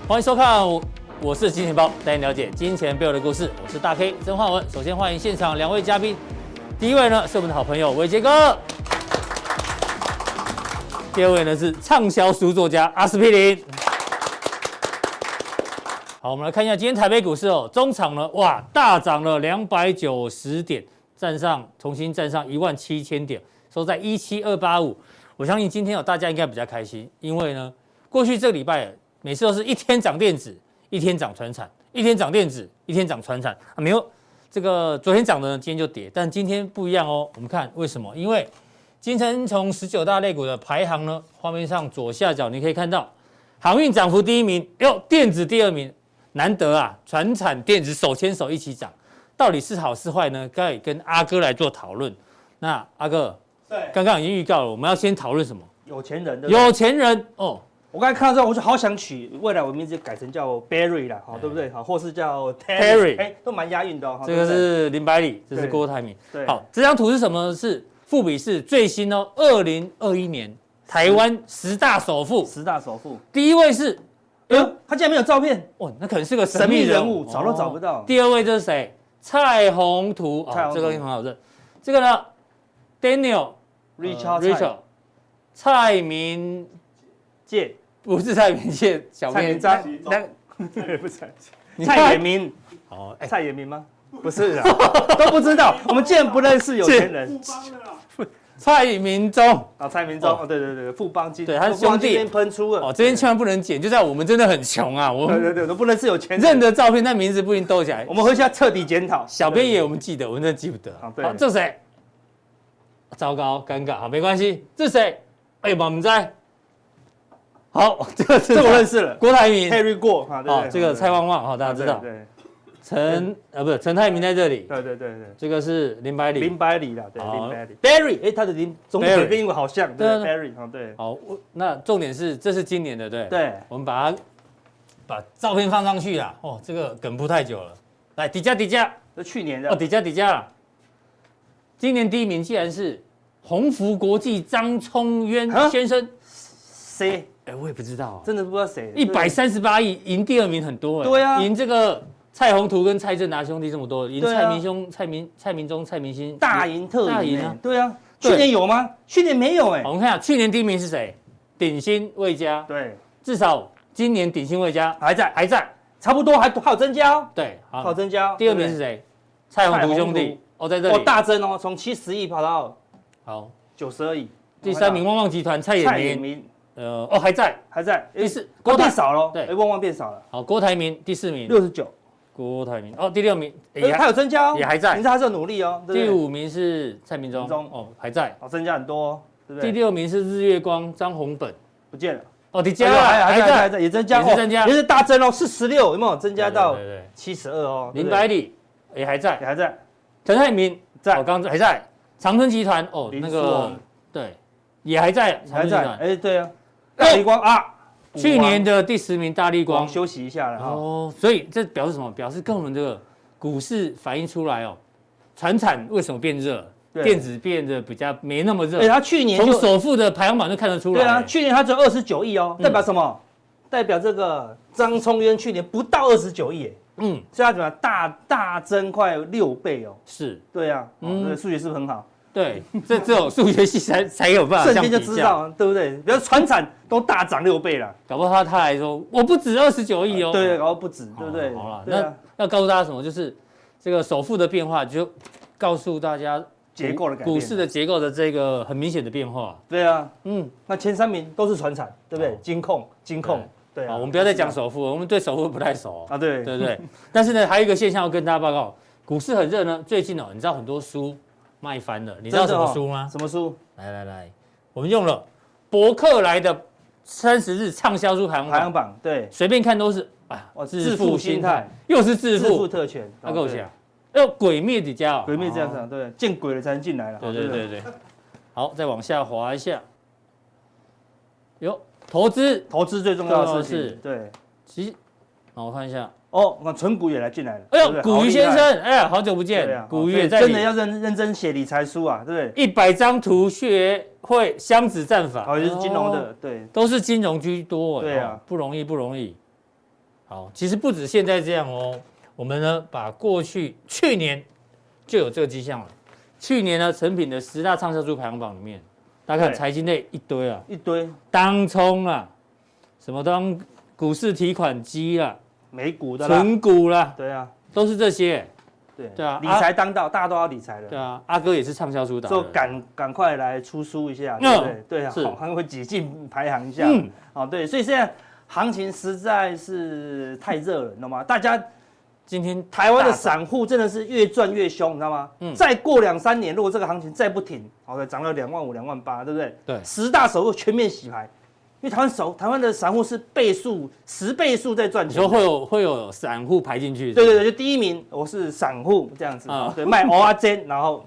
欢迎收看，我是金钱豹，带你了解金钱背后的故事。我是大 K 曾焕文。首先欢迎现场2位嘉宾，第一位呢是我们的好朋友伟杰哥，第二位呢是畅销书作家阿司匹林。好，我们来看一下今天台北股市哦，中场呢哇大涨了290点，重新站上17000点，收在17285。我相信今天大家应该比较开心，因为呢过去这个礼拜每次都是一天涨电子，一天涨传产，一天涨电子，一天涨传产，没有这个昨天涨的呢，今天就跌，但今天不一样哦。我们看为什么？因为今天从19大类股的排行呢，画面上左下角你可以看到，航运涨幅第1名，电子第2名，难得啊，传产电子手牵手一起涨，到底是好是坏呢？该跟阿哥来做讨论。那阿哥， 对， 刚刚已经预告了，我们要先讨论什么？ 有钱人，对不对？ 有钱人哦。 我刚才看到之后，我就好想取未来我名字改成叫 Barry 啦，对不对？好，或是叫 Terry， 都蛮押韵的哦。 这个是林百里，这是郭台铭。 对， 好，这张图是什么？是富比士最新哦，2021年台湾10大首富。 10大首富， 第一位是， 他竟然没有照片， 哦，那可能是个神秘人物，找都找不到。 第2位这是谁？蔡宏图，这个很好认。这个呢 ，Daniel Richard， 蔡明介。不是蔡明介，小编张，不是蔡衍明，蔡衍明吗？不是啊，都不知道。我们竟然不认识有钱人。 蔡明忠蔡明忠，对，富邦金， 对，他是兄弟喷出了。 这边千万不能剪，就在我们真的很穷啊，我们对，都不认识有钱人， 认得照片，但名字不一定兜起来。 我们回去要彻底检讨。 小编也我们记得，我们真的记不得。好，这谁？糟糕，尴尬，好，没关系。这谁？我们在。好，这我认识了， 郭台铭 ，Terry 过这个蔡旺旺大家知道。对，陈泰明在这里。 对， 这个是林百里啦， 对，林 Barry， 他的中文跟英文好像，对 ，Barry， 对。 好，那重点是这是今年的， 对， 我们把照片放上去啦。这个梗铺太久了，来底价， 这去年的底价啦。今年第1名竟然是鸿福国际张聪渊先生， 谁？ 我也不知道， 真的不知道谁。 138亿赢第2名很多对啊， 赢这个蔡宏图跟蔡正达兄弟这么多，赢蔡明忠、蔡明星大赢特赢啊！ 对啊，去年有吗？去年没有我们看一下，去年第1名是谁？鼎新魏家。 对， 至少今年鼎新魏家还在， 差不多还有增加哦。 对， 还有增加。 第2名是谁？蔡宏图兄弟。在这里。 大增哦，从70亿跑到92亿。 第3名旺旺集团蔡衍明。还在。第4 郭变少了， 对， 旺旺变少了。 好，郭台铭第4名 69， 郭台铭第6名， 他有增加哦， 也还在， 你知道他是有努力哦。 第5名是蔡明忠，还在， 增加很多，对不对？ 第6名是日月光张宏本， 不见了， 底价还在， 也增加，也是大增哦，46有没有增加到72哦？ 林百里也还在，陈泰明在， 刚还在，长春集团那个对，也还在， 对啊。大立光去年的第10名大立光休息一下了所以这表示什么？表示跟我们这个股市反映出来传产为什么变热，电子变得比较没那么热。 他去年从首富的排行榜就看得出来。 对啊，去年他只有29亿哦，代表什么？代表这个张聪渊去年不到29亿，所以他怎么大增快6倍哦。 是， 对啊，数学是不是很好？ 对，这种数学系才有办法瞬间就知道，对不对？比如传产都大涨6倍了， 搞不好他来说我不止29亿哦。 对，搞不好不止，对不对？ 好了，那要告诉大家什么？就是这个首富的变化，就告诉大家结构的改变， 股市的结构的这个很明显的变化。 对啊，那前3名都是传产，对不对？金控，对啊。 我们不要再讲首富，我们对首富不太熟对不对？但是呢，还有一个现象要跟大家报告，股市很热呢。最近你知道很多书卖翻了，你知道什么书吗？ 什么书？ 来，我们用了博客来的30日畅销书排行榜， 对， 随便看都是致富心态， 又是致富特权， 那够讲，要鬼灭底价鬼灭这样子，对，见鬼了才能进来了。 对，好，再往下滑一下，投资最重要的是，对， 其实，我看一下。 那存股也来进来了。 古鱼先生，好久不见，古鱼也在。 真的要认真写理财书啊，对不对？100张图学会箱子战法， 就是金融的，对， 都是金融居多， 对啊， 不容易。 好，其实不止现在这样哦，我们呢把去年就有这个迹象了。去年呢，成品的10大畅销书排行榜里面，大家看财经类一堆啊， 一堆当冲啦，什么股市提款机啦， 美股的啦， 存股啦， 对啊， 都是这些。 对啊，理财当道，大家都要理财了。 对啊，阿哥也是畅销书党， 就赶快来出书一下，对不对？对啊，好，还会挤进排行一下。对，所以现在行情实在是太热了，你知道吗？大家今天台湾的散户真的是越赚越凶，你知道吗？再过2-3年，如果这个行情再不停，涨了2万5、2万8，对不对？ 对 ，10大首富全面洗牌。因为台湾的散户是10倍数在赚钱， 你说会有散户排进去？ 对，就第一名我是散户这样子，对，卖蚵仔煎，然后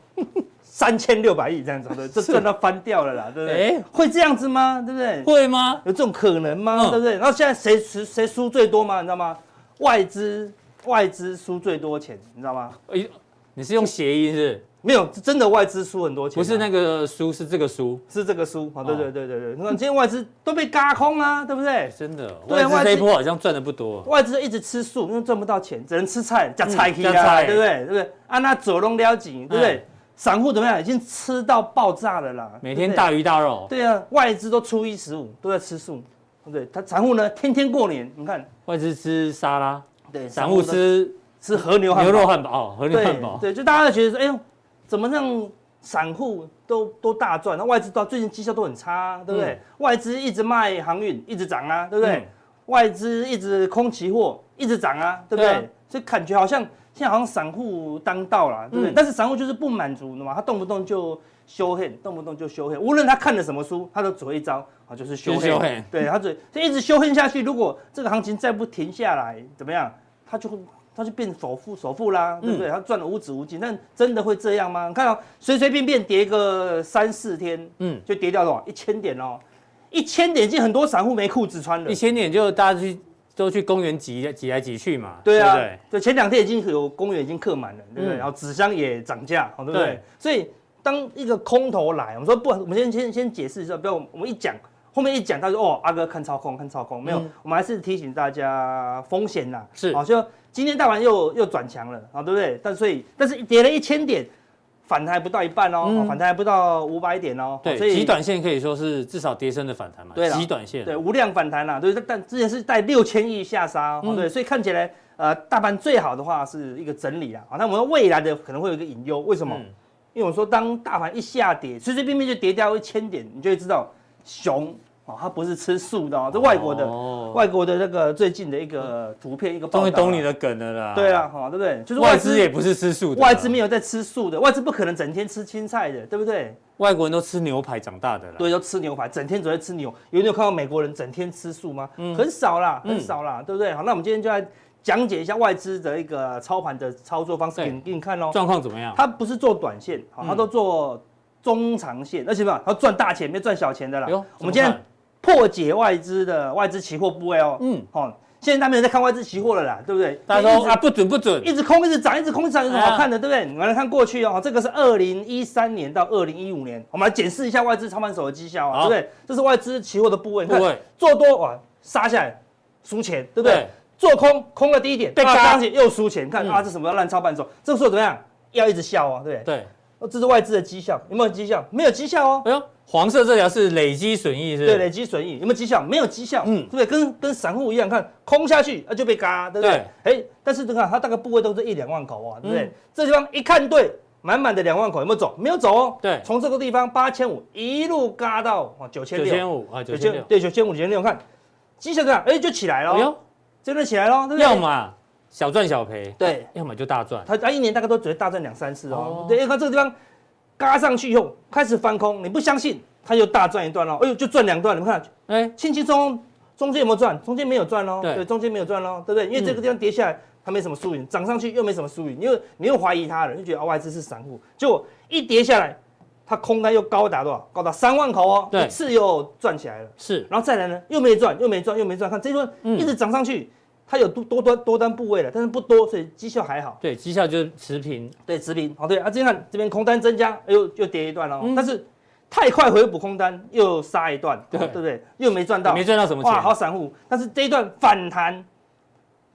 3600亿这样子，这赚到翻掉了啦，对不对？会这样子吗？对不对？ 会吗？ 有这种可能吗？对不对？然后现在谁输最多吗？你知道吗？外资输最多钱，你知道吗？ 你是用谐音是？ 没有，真的外资输很多钱， 不是那个输，是这个输， 是这个输。对，你看今天外资都被轧空啊，对不对？ 真的，外资这一波好像赚的不多。 外资一直吃素，因为赚不到钱，只能吃菜加菜去啦，对不对？对不对？那走龙了紧，对不对？散户怎么样？已经吃到爆炸了啦， 每天大鱼大肉。 对啊，外资都初一15都在吃素，对不对？他散户呢，天天过年，你看外资吃沙拉， 对， 散户吃和牛肉汉堡，和牛汉堡。 对，就大家觉得说，哎呦。怎么让散户都大赚？那外资最近绩效都很差，对不对？外资一直卖航运，一直涨啊，对不对？外资一直空期货，一直涨啊，对不对？所以感觉好像现在好像散户当道了，对不对？但是散户就是不满足的嘛，他动不动就修黑，无论他看了什么书，他都只会一招就是修黑。对，他就一直修黑下去。如果这个行情再不停下来，怎么样？他就变首富啦，对不对？他赚了无止无尽，但真的会这样吗？你看随便跌个3-4天，就跌掉多少？1000点哦，1000点已经很多散户没裤子穿了。 1000点就大家都去公园挤来挤去嘛。 对啊，对，前2天已经有公园已经客满了，对不对？然后纸箱也涨价，对不对？所以当一个空头来，我们说不，我们先解释一下，不要我们一讲。后面一讲，他说阿哥看操控，没有，我们还是提醒大家风险啦。 是， 就今天大盘又转强了，对不对？但是跌了1000点，反弹还不到一半哦，反弹还不到500点哦。 对，所以极短线可以说是至少跌升的反弹嘛。对，极短线。 对，无量反弹啦，对，但之前是带6000亿下杀，对，所以看起来大盘最好的话是一个整理啦。那我们未来的可能会有一个隐忧，为什么？因为我说当大盘一下跌，随便就跌掉1000点，你就会知道。熊它不是吃素的这外国的那个最近的一个图片一个报道， 终于懂你的梗了啦。 对啊，对不对？就是外资也不是吃素的， 外资没有在吃素的，外资不可能整天吃青菜的，对不对？ 外国人都吃牛排长大的啦， 对，都吃牛排，整天只会吃牛。你有看到美国人整天吃素吗？很少啦，对不对？好，那我们今天就来讲解一下外资的一个操盘的操作方式给你看哦。 状况怎么样？ 他不是做短线，他都做中长线，而且他赚大钱，没赚小钱的啦。我们今天破解外资期货部位哦。现在大家没有在看外资期货了啦，对不对？ 大家说不准， 一直空一直涨，一直空一直涨，有什么好看的，对不对？你们来看过去哦，这个是2013年到2015年，我们来检视一下外资操盘手的绩效啊，对不对？这是外资期货的部位，你看做多哇杀下来输钱，对不对？做空了低一点，被嘎上去又输钱，看这什么烂操盘手？这个时候怎么样？要一直笑啊，对不对？对，这是外资的绩效，有没有绩效？没有绩效哦。 哎呦，黄色这条是累积损益，是？ 对，累积损益有没有绩效？没有绩效，对不对？跟散户一样，看空下去就被嘎，对不对？但是你看它大概部位都是1-2万口啊，对不对？这地方一看对，满满的2万口有没有走？没有走哦。对，从这个地方8500一路嘎到9500啊，9600，对，9500、9600，看绩效这样，就起来了。哎呦，真的起来了，对不对？ 要么小赚小赔， 对， 要么就大赚。 他一年大概都只会大赚2-3次哦。对，看这个地方嘎上去以后开始翻空，你不相信，他又大赚一段哦。哎呦，就赚2段，你们看，轻轻松松，中间有没有赚？中间没有赚哦。对，中间没有赚哦，对不对？因为这个地方跌下来，它没什么输赢，涨上去又没什么输赢，你又怀疑他了，就觉得外资是散户。结果一跌下来，它空单又高达多少？高达3万口哦，一次又赚起来了。是，然后再来呢，又没赚，看这一段一直涨上去。它有多单部位了，但是不多，所以绩效还好。 对，绩效就是持平。 对，持平。好，对啊，这看这边空单增加，又跌一段哦。但是太快回补空单，又杀一段，对不对？又没赚到， 没赚到什么钱。 哇，好散户。但是这一段反弹，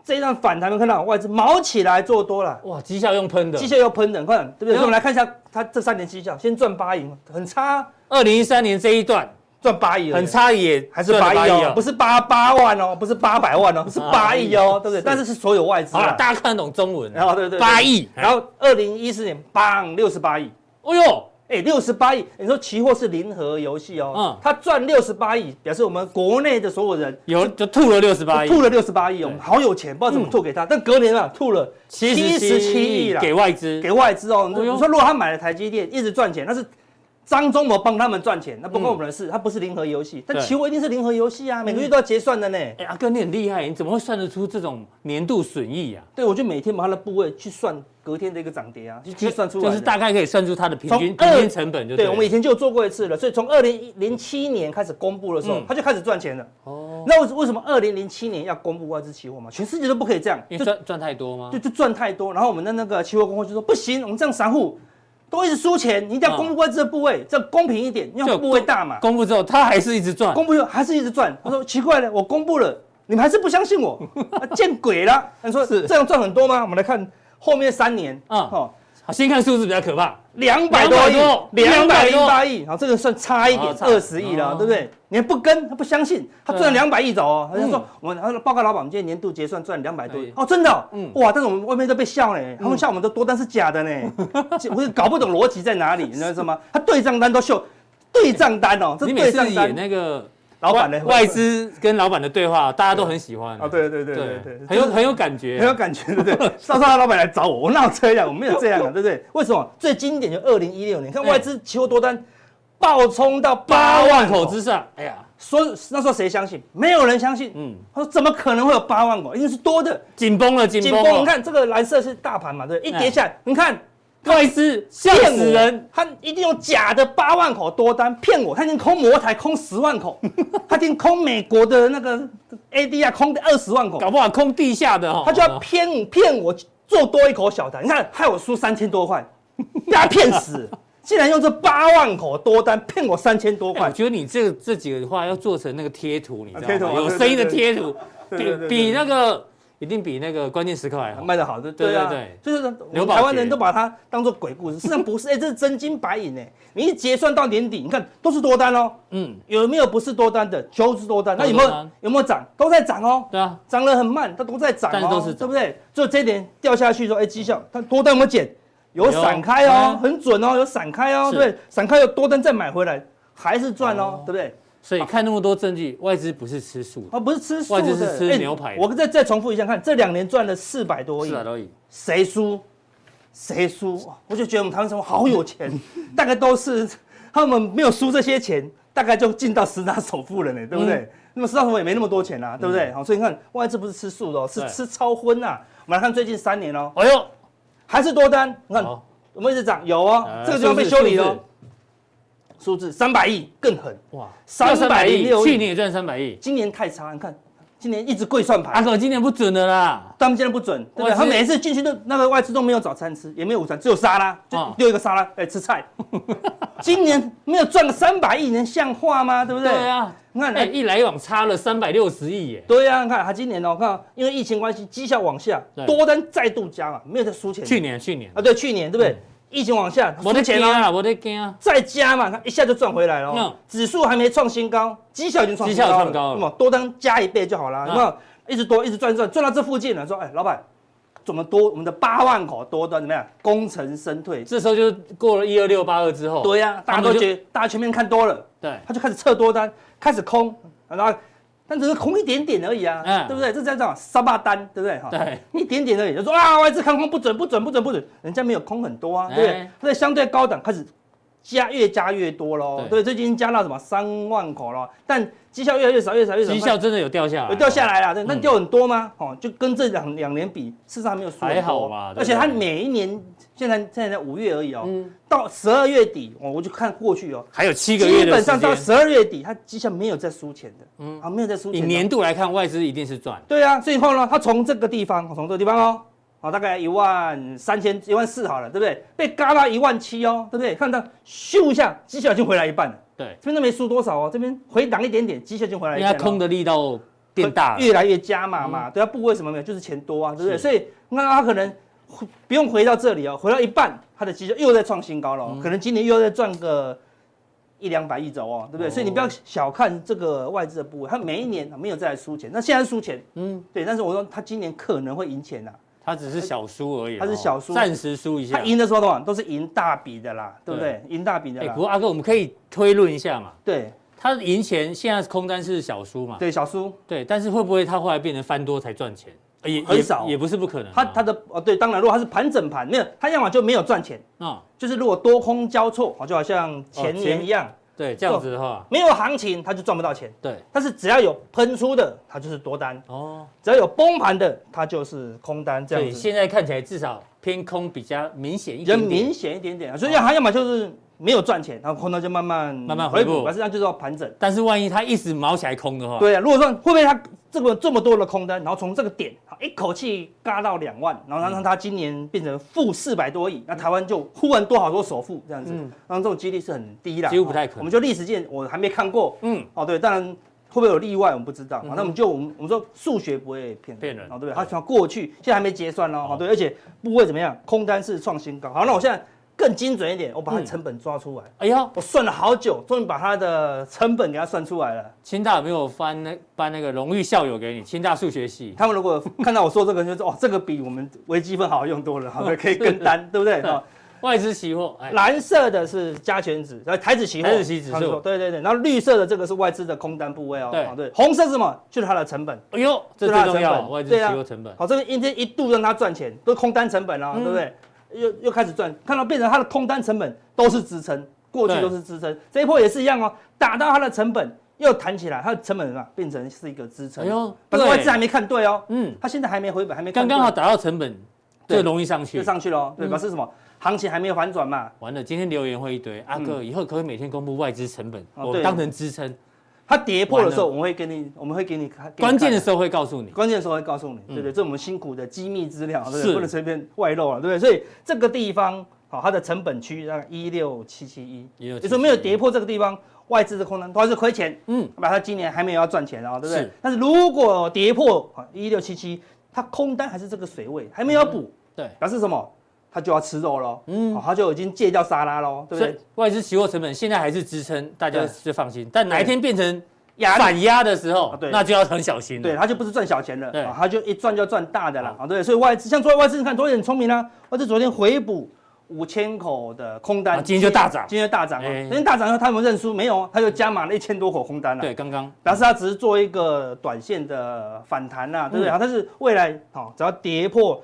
这一段反弹，有没有看到外资毛起来做多了？ 哇，绩效用喷的， 绩效又喷的，看对不对？所以我们来看一下它这3年绩效，先赚8亿，很差。 2013年这一段赚8亿， 很差也还是8亿哦，不是8万哦，不是800万哦，是8亿哦，对不对？但是是所有外资啊， 大家看得懂中文， 然后对 8亿， 然后2014年棒68亿， 哎呦。 68亿，你说期货是零和游戏哦，他赚68亿，表示我们国内的所有人就吐了68亿， 吐了68亿，我们好有钱，不知道怎么吐给他。但隔年啊，吐了77亿啦， 给外资哦。你说如果他买了台积电，一直赚钱，那是张忠谋帮他们赚钱，那不关我们的事，它不是零和游戏。但期货一定是零和游戏啊，每个月都要结算的呢。 阿哥你很厉害，你怎么会算得出这种年度损益啊？ 对，我就每天把它的部位去算隔天的一个涨跌啊，去计算出来， 就是大概可以算出它的平均成本就对。 我们以前就有做过一次了，所以从2007年开始公布的时候，它就开始赚钱了。哦，那为什么2007年要公布外资期货嘛？全世界都不可以这样， 因为赚太多吗？ 就赚太多，然后我们的那个期货公会就说不行，我们这样散户都一直输钱，你一定要公布外资的部位，这样公平一点，因为部位大嘛。 公布之后，他还是一直赚， 公布之后还是一直赚。他说奇怪了，我公布了，你们还是不相信我，见鬼了！他说这样赚很多吗？我们来看后面3年好，先看数字比较可怕 ，200多亿，208亿，好，这个算差一点，20亿了，对不对？你还不跟，他不相信，他赚了200亿走哦。他就说，他说报告老板，我们今天年度结算赚200多亿，哦，真的，哇！但是我们外面都被笑呢，他们笑我们都多单是假的呢，我是搞不懂逻辑在哪里，你知道吗？他对账单都秀对账单哦， 这对账单那个。老板的外资跟老板的对话，大家都很喜欢啊！对， 很有感觉， 很有感觉，对不对？到时候他老板来找我，我哪有这样？我没有这样啊，对不对？为什么？最经典就2016年，看外资期货多单暴冲到8万口之上，哎呀，那时候谁相信？没有人相信。他说怎么可能会有8万口？一定是多的， 紧绷了。 你看这个蓝色是大盘嘛，对，一跌下来，你看。 外资吓死人， 他一定用假的8万口多单骗我，他已经空摩台空10万口，他已经空美国的那个 ADR 空20万口， 搞不好空地下的他就要骗我做多一口小单，你看害我输3000多块，被他骗死，竟然用这8万口多单骗我3000多块。 我觉得你这几个话要做成那个贴图，你知道吗？有声音的贴图，比那个。一定比那个关键时刻还好， 卖得好，对啊，就是台湾人都把它当做鬼故事，事实上不是，这是真金白银哎！你一结算到年底，你看都是多单哦，有没有不是多单的？就是多单，那有没有涨？都在涨哦， 对啊， 涨得很慢，它都在涨哦，都是对不对？就这一点掉下去说，绩效它多单有没有减？有闪开哦，很准哦，有闪开哦，对，闪开有多单再买回来，还是赚哦，对不对？ 所以看那么多证据，外资不是吃素的， 不是吃素的，外资是吃牛排的。 我再重复一下，看这2年赚了400多亿 ，400多亿， 谁输？我就觉得我们台湾人好有钱，大概都是他们没有输这些钱，大概就进到10大首富了呢，对不对？那么10大首富也没那么多钱啊，对不对？好，所以你看外资不是吃素的，是吃超荤呐。我们来看最近3年哦，哎呦，还是多单，你看有没有一直涨？有哦，这个地方被修理了。数字300亿更狠哇 ！306亿，去年也赚300亿， 今年太差，你看今年一直跪算盘。 阿哥今年不准的啦， 他们今年不准，对不对？他每一次进去都那个外资都没有早餐吃，也没有午餐，只有沙拉，就丢一个沙拉，吃菜。今年没有赚个300亿，能像话吗？对不对？ 对啊，你看，一来一往差了360亿耶。 对啊，你看他今年哦，看因为疫情关系，绩效往下，多单再度加嘛，没有在输钱。 去年啊，对，去年对不对？疫情往下， 我的钱啊，我的天啊！ 再加嘛，它一下就赚回来了。指数还没创新高，绩效已经创新高了。那么多单加1倍就好了，有没有？一直多，一直赚到这附近了。说，老板，怎么多？我们的8万口多单怎么样？功成身退。 这时候就过了12682之后。 对呀，大家都觉得大家全面看多了， 对， 他就开始撤多单，开始空，然后。但只是空一点点而已啊，对不对？这叫沙巴单，对不对？ 对， 一点点而已，就说啊，外资看空不准，人家没有空很多啊，对不对？所以相对高档开始越加越多喽，对，最近加到什么3万口了，但绩效越来越少， 绩效真的有掉下来， 有掉下来了，对，那掉很多吗？就跟这两年比，事实上没有输很多， 还好吧？ 而且它每一年。现在才5月而已哦，到12月底我就看过去哦， 还有7个月的时间， 基本上到12月底，它绩效没有在输钱的，没有在输钱。 以年度来看，外资一定是赚。 对啊，所以后呢，它从这个地方哦，大概13000、14000好了，对不对？被嘎到17000哦，对不对？看到咻一下，绩效就回来一半了。 对， 这边都没输多少哦，这边回档一点点，绩效就回来一半。 因为它空的力道变大了， 越来越加码嘛，对，它部位什么没有，就是钱多啊，对不对？所以那它可能不用回到这里哦，回到一半，它的绩效又在创新高了，可能今年又再赚个100-200亿走哦，对不对？所以你不要小看这个外资的部位，它每一年没有再来输钱，那现在输钱，对，但是我说它今年可能会赢钱呐。 它只是小输而已， 它是小输， 暂时输一下。 它赢的时候的话，都是赢大笔的啦，对不对？赢大笔的啦。 不过阿哥，我们可以推论一下嘛。 对， 它赢钱现在空单是小输嘛？ 对，小输。 对，但是会不会它后来变成翻多才赚钱？也很少， 也不是不可能。 它的对，当然如果它是盘整盘，没有，它要么就没有赚钱就是如果多空交错，就好像前年一样。 对，这样子的话， 没有行情它就赚不到钱。 对， 但是只要有喷出的，它就是多单。只要有崩盘的，它就是空单。这样子。 现在看起来至少偏空比较明显一点， 明显一点点。所以它要么就是没有赚钱，然后空单就慢慢回补，反正就是要盘整。 但是万一它一直毛起来空的话， 对啊，如果说会不会它这么多的空单，然后从这个点一口气嘎到2万，然后让它今年变成负400多亿，那台湾就忽然多好多首富这样子，然后这种几率是很低啦， 几乎不太可能。 我们就历史界我还没看过，对，当然会不会有例外我们不知道，那我们说数学不会骗人，对不对？它从过去现在还没结算哦，对，而且部位怎么样？空单是创新高，好，那我现在更精准一点，我把它的成本抓出来。哎呀，我算了好久，终于把它的成本给它算出来了。 清大有没有颁那个荣誉校友给你？清大数学系， 他们如果看到我说这个，就说这个比我们微积分好用多了，好，可以跟单，对不对？ 外资期货， 蓝色的是加权指，台指期货， 台指期指数， 对，然后绿色的这个是外资的空单部位哦，对，红色是什么？就是它的成本。 哎呦，这最重要，外资期货成本。 好，这个今天一度让它赚钱，都是空单成本哦，对不对？又开始赚，看到变成它的空单成本都是支撑，过去都是支撑，这一波也是一样哦，打到它的成本又弹起来，它的成本变成是一个支撑。哎呦，但是外资还没看对哦，它现在还没回本，还没看对， 刚好打到成本，就容易上去， 就上去了，对，表示什么？行情还没有反转嘛。 完了，今天留言会一堆，阿哥以后可不可以每天公布外资成本，我当成支撑。 它跌破的时候，我们会给你关键的时候会告诉你， 关键的时候会告诉你，对不对？这是我们辛苦的机密资料，对不对？不能随便外露了，对不对？所以这个地方，它的成本区大概16771，也就是没有跌破这个地方，外资的空单都还是亏钱，它今年还没有要赚钱啊，对不对？但是如果跌破16777，它空单还是这个水位，还没有补，对，表示什么？它就要吃肉喽，它就已经戒掉沙拉喽，对不对？ 外资期货成本现在还是支撑，大家就放心。但哪一天变成反压的时候，那就要很小心了。 对，它就不是赚小钱了，它就一赚就赚大的了，对。所以外资外资，你看昨天很聪明啊，外资昨天回补5000口的空单， 今天就大涨， 今天大涨啊！今天大涨以后，他有没有认输？没有，他就加码了1000多口空单了。 对，刚刚表示他只是做一个短线的反弹啦，对不对？但是未来只要跌破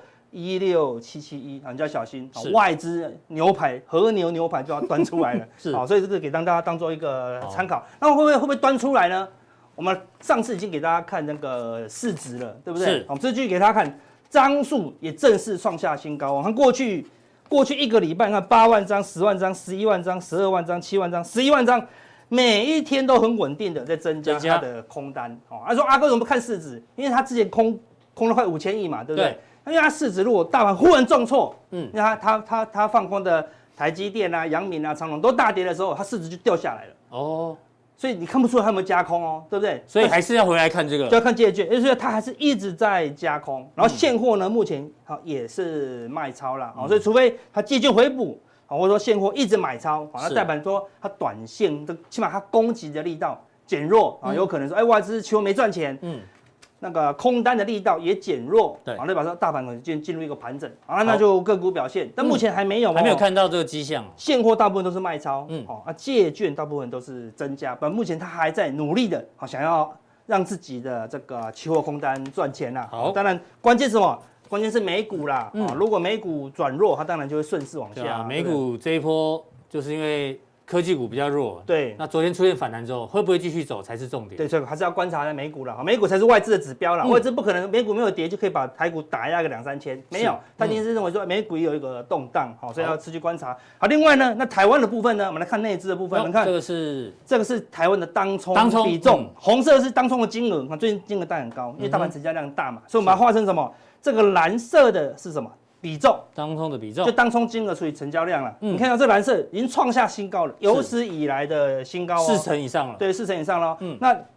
16771，你就要小心。外资牛排和牛排就要端出来了，所以这个给大家当做一个参考。那会不会端出来呢？我们上次已经给大家看那个市值了，对不对？我们这继续给大家看张数也正式创下新高。看过去一个礼拜，看8万张、10万张、11万张、12万张、7万张、11万张，每一天都很稳定的在增加它的空单。他说阿哥怎么不看市值？因为他之前空了快5000亿嘛，对不对？因为它市值如果大盘忽然重挫，因为它放空的台积电啊、阳明啊、长荣都大跌的时候，它市值就掉下来了。哦，所以你看不出来它有没有加空哦，对不对？ 所以还是要回来看这个， 就要看借券，也就是说它还是一直在加空，然后现货呢目前也是卖超啦，所以除非它借券回补，或者说现货一直买超，那代表说它短线起码它攻击的力道减弱啊，有可能说外资期货没赚钱，那个空单的力道也减弱，对，代表说大盘可能进入一个盘整，那就个股表现，但目前还没有看到这个迹象。 现货大部分都是卖超，借券大部分都是增加，目前它还在努力的，想要让自己的这个期货空单赚钱啦。好，当然关键是什么？关键是美股啦，如果美股转弱，它当然就会顺势往下。 美股这一波就是因为科技股比较弱， 对。 那昨天出现反弹之后，会不会继续走才是重点？ 对，所以还是要观察美股了。美股才是外资的指标了，外资不可能美股没有跌就可以把台股打压个2-3千，没有。他一定是认为说美股也有一个动荡，所以要持续观察。好，另外呢，那台湾的部分呢，我们来看内资的部分。你看，这个是台湾的当冲比重，红色是当冲的金额，最近金额带很高，因为大盘成交量大嘛，所以我们把它画成什么？这个蓝色的是什么？比重， 当冲的比重， 就当冲金额除以成交量了。你看到这蓝色已经创下新高了，有史以来的新高哦， 4成以上了。 对，4成以上了。那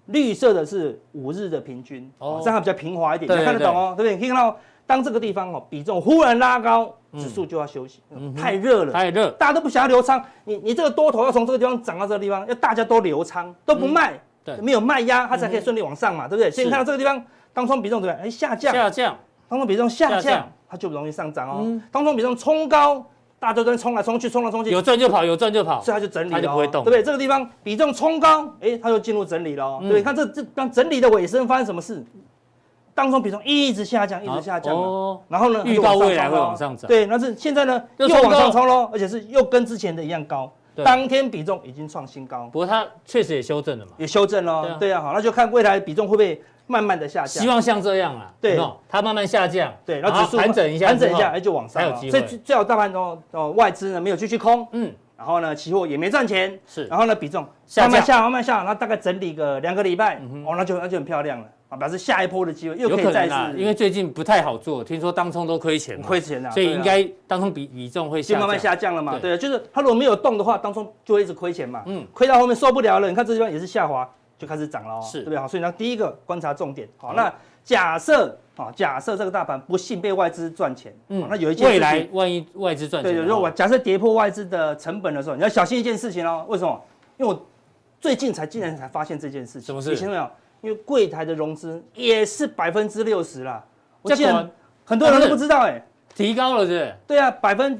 绿色的是5日的平均，这样它比较平滑一点， 对你看得懂哦，对不对？你可以看到，当这个地方比重忽然拉高，指数就要休息，太热了， 太热， 大家都不想要留仓，你这个多头要从这个地方涨到这个地方，要大家都留仓，都不卖， 对， 没有卖压，它才可以顺利往上嘛，对不对？所以你看到这个地方当冲比重怎么样？哎，下降，当冲比重下降，它就不容易上涨哦。当冲比重冲高，大家都在冲来冲去，冲来冲去， 有赚就跑，有赚就跑， 所以它就整理了， 它就不会动， 对不对？这个地方比重冲高，哎，它就进入整理了，对，看这当整理的尾声发生什么事？当冲比重一直下降，一直下降，然后呢， 预告未来会往上涨， 对，但是现在呢又往上冲喽，而且是又跟之前的一样高。当天比重已经创新高， 不过它确实也修正了嘛， 也修正了，对啊，好，那就看未来比重会不会慢慢的下降， 希望像这样啦，对，它慢慢下降， 对，然后指数盘整一下， 哎，就往上， 还有机会。 所以最好大盘中外资呢没有继续空，然后呢期货也没赚钱， 是， 然后呢比重慢慢下，然后大概整理个2个礼拜，那就很漂亮了。啊，表示下一波的机会又可以再次， 因为最近不太好做，听说当冲都亏钱，所以应该当冲比重会就慢慢下降了嘛。对，就是它如果没有动的话，当冲就会一直亏钱嘛。亏到后面受不了了，你看这地方也是下滑，就开始涨了，对不对？好，所以呢，第一个观察重点，好，那假设这个大盘不幸被外资赚钱，那有一件事情， 未来万一外资赚钱， 对，如果我假设跌破外资的成本的时候，你要小心一件事情哦。为什么？因为我最近竟然才发现这件事情， 什么事？ 你听到没有？因为柜台的融资也是60%啦，我竟然很多人都不知道哎， 提高了是？ 对啊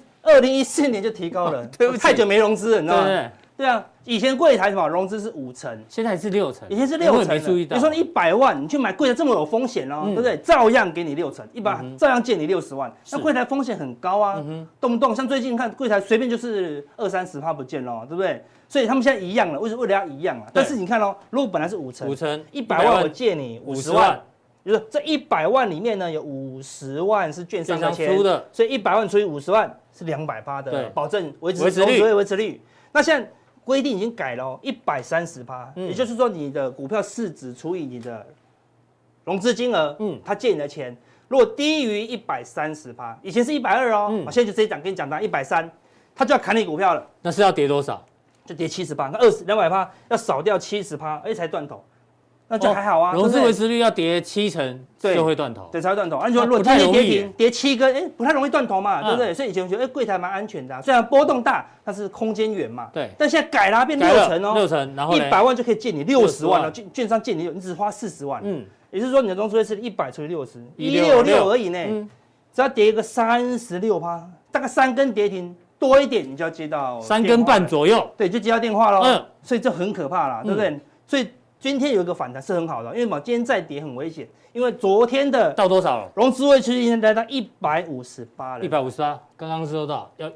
，2014年就提高了，对不起，太久没融资了，你知道吗？对啊，以前柜台什么融资是5成， 现在是6成， 以前是6成， 没注意到。 你说你100万，你去买柜台这么有风险哦，对不对？照样给你6成，100照样借你60万，那柜台风险很高啊，动不动像最近看柜台随便就是20-30%不见了，对不对？所以他们现在一样了，为了要一样啊？但是你看哦，如果本来是5成，100万我借你50万，就是这100万里面呢有50万是券商的钱，所以100万除以50万是200%的保证维持率。那现在规定已经改了，130%，也就是说你的股票市值除以你的融资金额，他借你的钱如果低于130%，以前是120哦，现在就直接跟你讲到130，他就要砍你股票了。 那是要跌多少？ 就跌70%，那200%要少掉70%，而且才断头，那就还好啊。 融资维持率要跌70%就会断头， 对，才会断头。那如果天天跌停，跌7根，不太容易断头嘛，对不对？所以以前我觉得，柜台蛮安全的，虽然波动大，但是空间远嘛。 对。 但现在改了，变6成哦 ，6成，然后 100万就可以借你60万了，券商借你只花40万，也就是说你的融资维持率100除以60，166而已呢，只要跌一个36%，大概3根跌停。多一点，你就要接到 3根半左右， 对，就接到电话喽。所以这很可怕啦，对不对？所以今天有一个反弹是很好的，因为什么？今天再跌很危险，因为昨天的到多少了？ 融资维持率已经来到158了。 158，刚刚说到要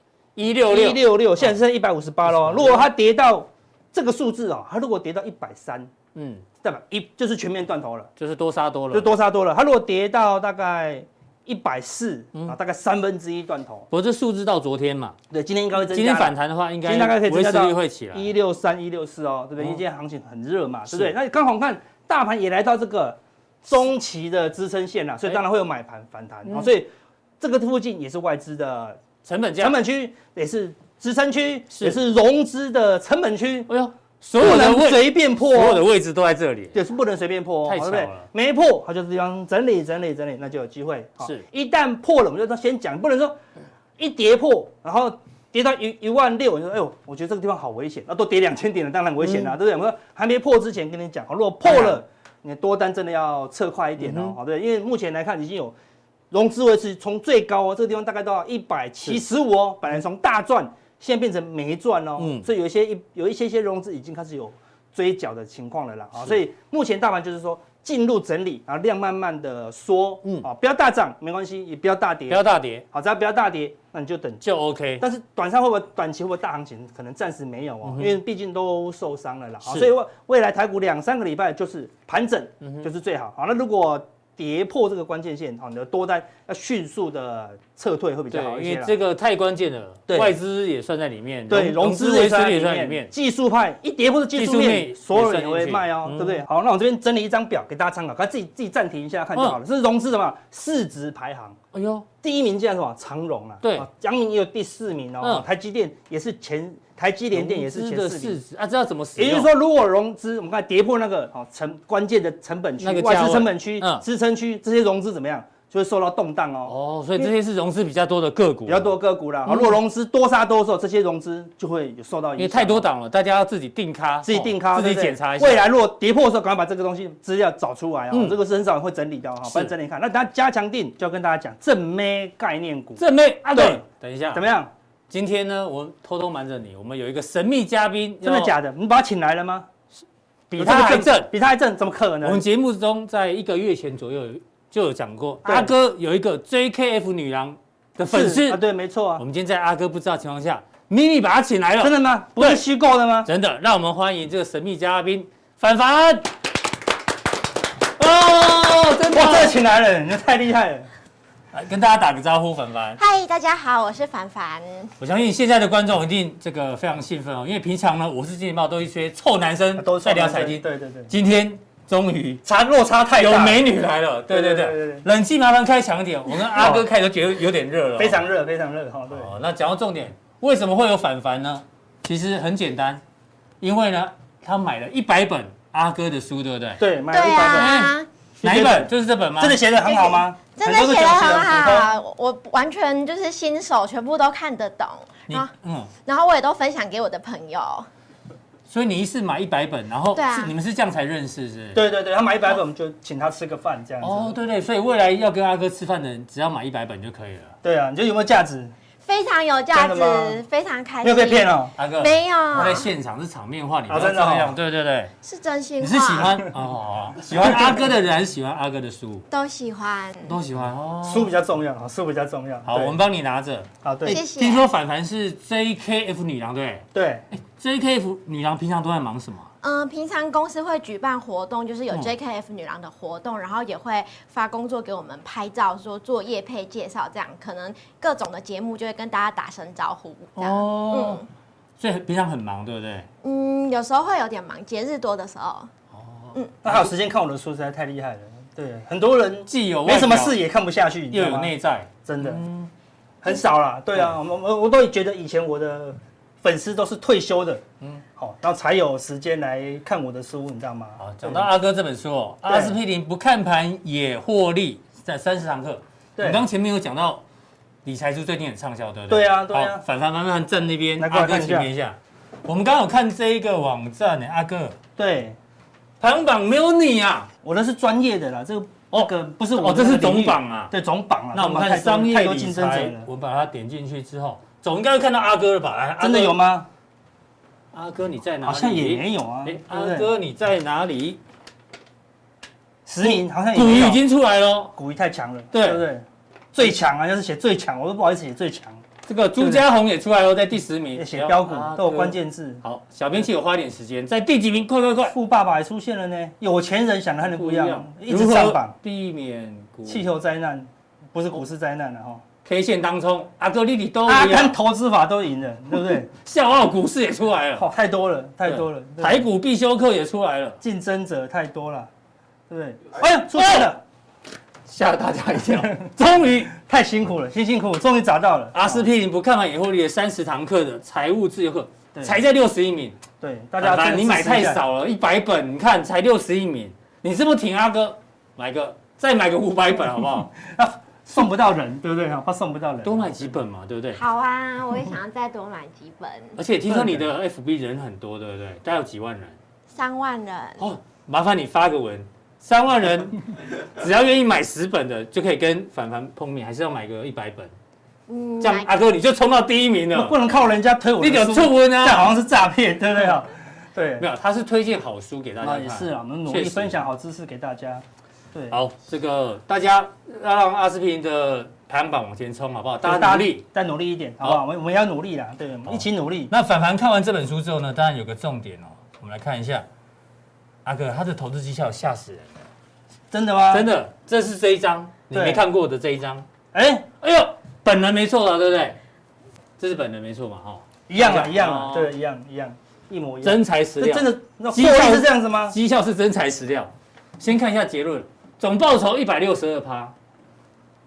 166，现在是158喽。如果它跌到这个数字哦，它如果跌到130，代表就是全面断头了， 就是多杀多了， 就多杀多了。它如果跌到大概140，大概1/3断头。 不过这数字到昨天嘛， 对，今天应该会增加。 今天反弹的话，应该大概可以增加到维持率会起来 163、164哦，对不对？因为今天行情很热嘛，对不对？那刚好看大盘也来到这个中期的支撑线了，所以当然会有买盘反弹。所以这个附近也是外资的成本区，也是支撑区，也是融资的成本区。哎呦。 所有的随便破， 所有的位置都在这里， 对，是不能随便破， 太巧了。 没破，它就是地方整理，那就有机会。 是， 一旦破了，我们就先讲，不能说一跌破，然后跌到16000，你说，哎呦，我觉得这个地方好危险，那都跌2000点了，当然危险啦，对不对？我说还没破之前跟你讲，如果破了，你的多单真的要撤快一点哦，好，对，因为目前来看已经有融资维持从最高哦，这个地方大概到175哦，本来从大赚。现在变成没赚哦，所以有一些融资已经开始有追缴的情况了啦，所以目前大盘就是说进入整理，然后量慢慢的缩，不要大涨没关系，也不要大跌，好，只要不要大跌，那你就等就 OK。 但是短期会不会大行情，可能暂时没有哦，因为毕竟都受伤了啦，所以未来台股2-3个礼拜就是盘整，就是最好。好，那如果跌破这个关键线，好，你的多单要迅速的撤退会比较好一些， 因为这个太关键了，外资也算在里面， 对，融资也算在里面，技术派一跌破技术面，所有人也会卖哦，对不对？好，那我这边整理一张表给大家参考，自己暂停一下看就好了。这是融资的嘛，市值排行， 哎呦， 第1名竟然是什么长荣啊？ 对， 阳明也有第4名哦。台积电也是台积联电也是前4名啊，这要怎么使用？ 也就是说，如果融资我们看跌破那个关键的成本区、外资成本区、支撑区，这些融资怎么样？就会受到动荡哦。 所以这些是融资比较多的个股， 比较多的个股啦。如果融资多杀多的时候，这些融资就会有受到影响。 因为太多档了，大家要自己定咖， 自己检查一下。 未来如果跌破的时候，赶快把这个东西资料找出来哦。这个是很少人会整理的哈，帮你整理看。那等下加强定就要跟大家讲正妹概念股。 正妹啊，对，等一下怎么样？ 今天呢，我偷偷瞒着你，我们有一个神秘嘉宾， 真的假的？你把他请来了吗？ 比他还正， 比他还正，怎么可能？ 我们节目中在1个月前左右就有讲过，阿哥有一个 JKF 女郎的粉丝啊，对，没错啊。 我们今天在阿哥不知道的情况下，秘密把他请来了。 真的吗？不是虚构的吗？ 真的，让我们欢迎这个神秘嘉宾凡凡。哦，真的， 哇，真的请来了，你太厉害了。 来跟大家打个招呼，凡凡。 嗨，大家好，我是凡凡。 我相信现在的观众一定非常兴奋哦，因为平常呢，我是金钱豹都一些臭男生在聊财经， 对， 今天终于落差太大， 有美女来了，对，冷气麻烦开强一点，我跟阿哥开都觉得有点热了， 非常热哈，对。 那讲到重点，为什么会有凡凡呢？其实很简单，因为呢，他买了100本阿哥的书，对不对？ 对，买了100本。 哪一本？就是这本吗？ 真的写得很好吗？ 真的写得很好，我完全就是新手，全部都看得懂。然后我也都分享给我的朋友。 所以你一次买100本，然后你们是这样才认识，是？ 对，他买100本，我们就请他吃个饭这样子。 哦，对，所以未来要跟阿哥吃饭的人，只要买100本就可以了。 对啊，你觉得有没有价值？ 非常有价值，非常开心。 没有被骗哦， 阿哥没有。 他在现场是场面话，你不要真的这样。对， 是真心话。 你是喜欢喜欢阿哥的人，还是喜欢阿哥的书？ 都喜欢哦。 书比较重要，书比较重要。 好，我们帮你拿着。 好，对。 谢谢。 听说凡凡是 JKF 女郎，对？ 对。 JKF 女郎平常都在忙什么？ 平常公司会举办活动，就是有 JKF 女郎的活动，然后也会发工作给我们拍照，说做业配介绍，这样可能各种的节目就会跟大家打声招呼，这样。 所以平常很忙，对不对？ 有时候会有点忙，节日多的时候。 那还有时间看我的书，实在太厉害了。对，很多人既有没什么事也看不下去， 又有内在， 真的很少啦。对啊，我都觉得以前我的粉丝都是退休的，好，然后才有时间来看我的书，你知道吗？ 好，讲到阿哥这本书哦，阿司匹林不看盘也获利，在30堂课。对，你刚前面有讲到理财书最近很畅销，对不对？ 对啊。 好，凡正那边，阿哥请念一下。我们刚刚有看这一个网站呢，阿哥。 对， 排行榜没有你啊， 我的是专业的啦，这个不是我。 这是总榜啊。 对，总榜啊。 那我们看商业理财，我把它点进去之后。总应该会看到阿哥了吧？来， 真的有吗？ 阿哥你在哪里？ 好像也没有啊。 阿哥你在哪里 ？10名好像也没有。股已经出来了， 股太强了， 对不对？最强啊，要是写最强，我都不好意思写最强。 这个朱家红也出来了，在第10名， 写标股都有关键字。 好，小编请我花点时间，在第几名？快！ 富爸爸也出现了呢，有钱人想的和你不一样，一直上榜。 避免气候灾难，不是股市灾难了哈。 K 线当中，阿哥你都阿甘投资法都赢了，对不对？ 笑傲股市也出来了， 太多了。 台股必修课也出来了， 竞争者太多了，对不对？哎呀，出现了， 吓大家一跳，终于太辛苦了，辛苦，终于找到了。 阿司匹林不看盘也获利的30堂课的财务自由课，才在61名。 对，大家你买太少了，100本，你看才61名，你是不是挺阿哥？再买个500本好不好？ 送不到人，对不对？怕送不到人， 多买几本嘛，对不对？ 好啊，我也想要再多买几本。 而且听说你的 FB 人很多，对不对？大概有几万人 ？3万人。 哦，麻烦你发个文，3万人，只要愿意买10本的，就可以跟凡凡碰面，还是要买个100本？这样阿哥你就冲到第1名了。 不能靠人家推我的书， 你有出文啊？ 这好像是诈骗，对不对？对， 没有，他是推荐好书给大家看。 也是啊，我们努力分享好知识给大家。对， 好，这个大家要让阿司匹林的排行榜往前冲，好不好？大家努力， 再努力一点，好不好？我们也要努力啦，对，我们一起努力。 那凡凡看完这本书之后呢，当然有个重点哦，我们来看一下，阿哥他的投资绩效吓死人了， 真的吗？ 真的，这是这一张你没看过的这一张， 哎呦，本人没错了，对不对？这是本人没错嘛，哈， 一样啊，对，一样，一模一样， 真材实料， 真的，绩效是这样子吗？ 绩效是真材实料，先看一下结论。总报酬162%，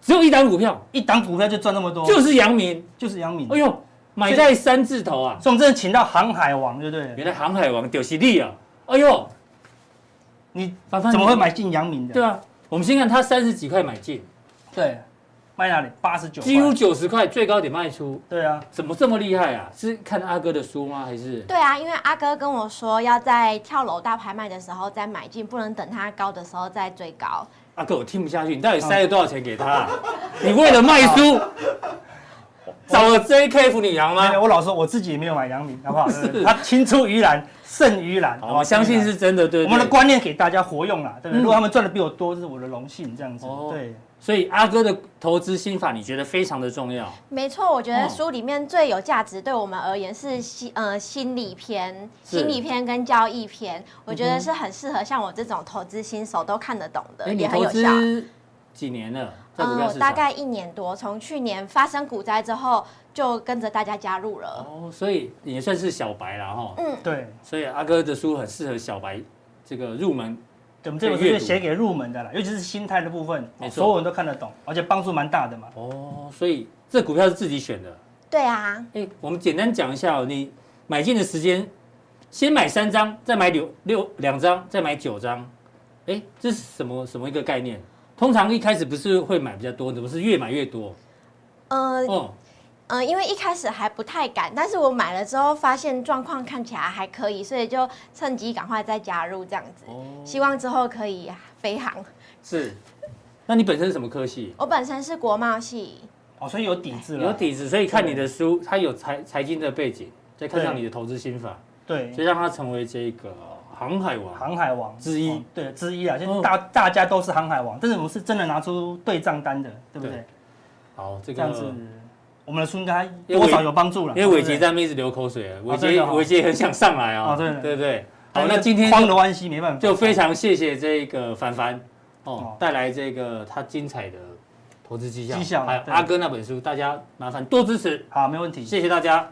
只有一档股票， 一档股票就赚那么多， 就是阳明。 就是阳明。 哎呦，买在3字头啊！ 所以我们真的请到航海王，对不对？ 原来航海王就是你啊！哎呦， 你凡凡怎么会买进阳明的？ 对啊，我们先看他30几块买进， 对，卖哪里？89块， 几乎90块，最高点卖出。 对啊， 怎么这么厉害啊？是看阿哥的书吗？还是？ 对啊，因为阿哥跟我说要在跳楼大拍卖的时候再买进，不能等它高的时候再追高。 阿哥，我听不下去，你到底塞了多少钱给他啊？你为了卖书，找了 JKF 女郎吗？ 我老说我自己也没有买阳明，好不好？他青出于蓝胜于蓝， 我相信是真的，对。 我们的观念给大家活用啦，对不对？如果他们赚的比我多，这是我的荣幸，这样子。对。 所以阿哥的投资心法，你觉得非常的重要。 没错，我觉得书里面最有价值，对我们而言是心理篇、跟交易篇，我觉得是很适合像我这种投资新手都看得懂的，也很有效。 你投资几年了？在股票市场大概1年多，从去年发生股灾之后，就跟着大家加入了。 哦，所以也算是小白了哈。 对。 所以阿哥的书很适合小白这个入门。 我们这本书是写给入门的啦，尤其是心态的部分，所有人都看得懂，而且帮助蛮大的嘛。 哦，所以这股票是自己选的。 对啊。 我们简单讲一下你买进的时间，先买3张，再买2张，再买9张。这是什么一个概念？通常一开始不是会买比较多，怎么是越买越多？ 因为一开始还不太敢，但是我买了之后发现状况看起来还可以，所以就趁机赶快再加入这样子。希望之后可以飞航。 是，那你本身是什么科系？ 我本身是国贸系。 所以有底子了。 有底子，所以看你的书，它有财经的背景，再看上你的投资心法， 对， 所以让它成为这个航海王之一。 对，之一啊，就大家都是航海王，但是我们是真的拿出对账单的，对不对？ 好，这样子。我们的书应该多少有帮助了， 因为伟杰在那边一直流口水啊，伟杰很想上来啊，对不对？好，那今天框的关系没办法， 就非常谢谢这个凡凡带来这个他精彩的投资绩效，还有阿哥那本书，大家麻烦多支持。 好，没问题， 谢谢大家。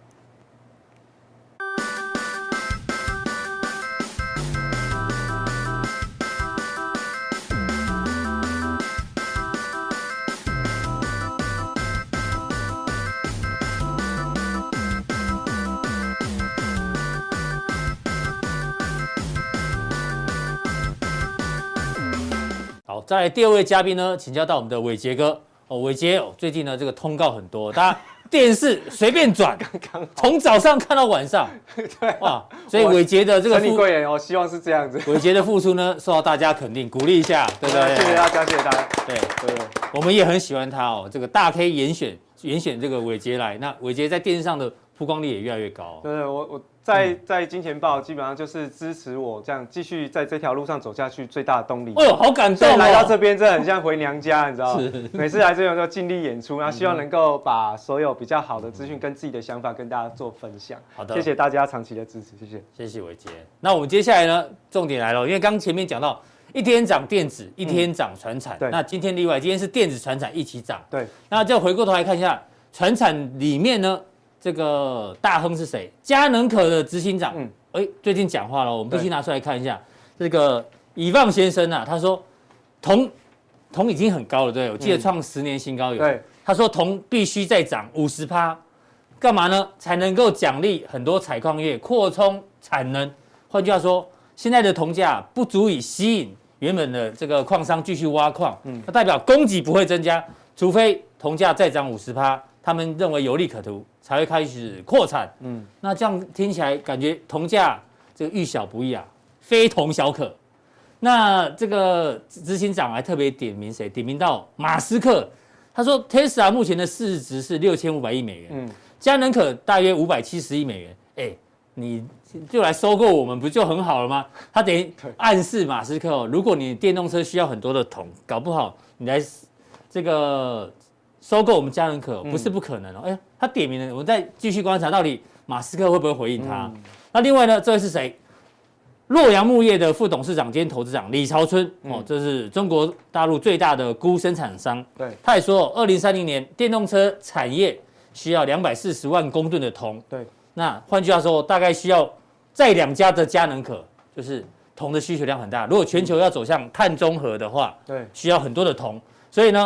再来第2位嘉宾呢，请教到我们的伟杰哥。伟杰最近呢这个通告很多，大家电视随便转，从早上看到晚上， 对哇，所以伟杰的这个成立贵人，我希望是这样子。 伟杰的付出呢，受到大家肯定，鼓励一下，对不对？ 谢谢大家，谢谢大家。 对，我们也很喜欢他这个大 K 严选这个伟杰来，那伟杰在电视上的曝光率也越来越高。 对，我在金钱豹基本上就是支持我这样继续在这条路上走下去最大的动力。 哎呦，好感动哦！ 来到这边真的很像回娘家，你知道吗？每次来这边都尽力演出，然后希望能够把所有比较好的资讯跟自己的想法跟大家做分享。 好的， 谢谢大家长期的支持， 谢谢伟杰。那我们接下来呢，重点来了，因为刚前面讲到一天涨电子，一天涨传产，那今天例外，今天是电子传产一起涨。 对， 那就回过头来看一下传产里面呢。这个大亨是谁？嘉能可的执行长，最近讲话了，我们必须拿出来看一下。这个以望先生啊，他说铜已经很高了，对，我记得创10年新高有。 对， 他说铜必须再涨50%，干嘛呢？才能够奖励很多采矿业扩充产能。换句话说，现在的铜价不足以吸引原本的这个矿商继续挖矿，那代表供给不会增加，除非铜价再涨50%，他们认为有利可图。才会开始扩产，那这样听起来感觉铜价这个遇小不易啊，非铜小可。那这个执行长还特别点名谁？点名到马斯克，他说 Tesla 目前的市值是6500亿美元，嘉能可大约570亿美元，你就来收购我们不就很好了吗？他等于暗示马斯克如果你电动车需要很多的铜，搞不好你来这个。收购我们嘉能可不是不可能哦，他点名了，我们再继续观察到底马斯克会不会回应他。那另外呢，这位是谁？洛阳钼业的副董事长兼投资长李朝春，这是中国大陆最大的钴生产商。 对， 他也说，2030年电动车产业需要240万公吨的铜。 对， 那换句话说，大概需要再2家的嘉能可，就是铜的需求量很大。如果全球要走向碳中和的话， 对， 需要很多的铜，所以呢。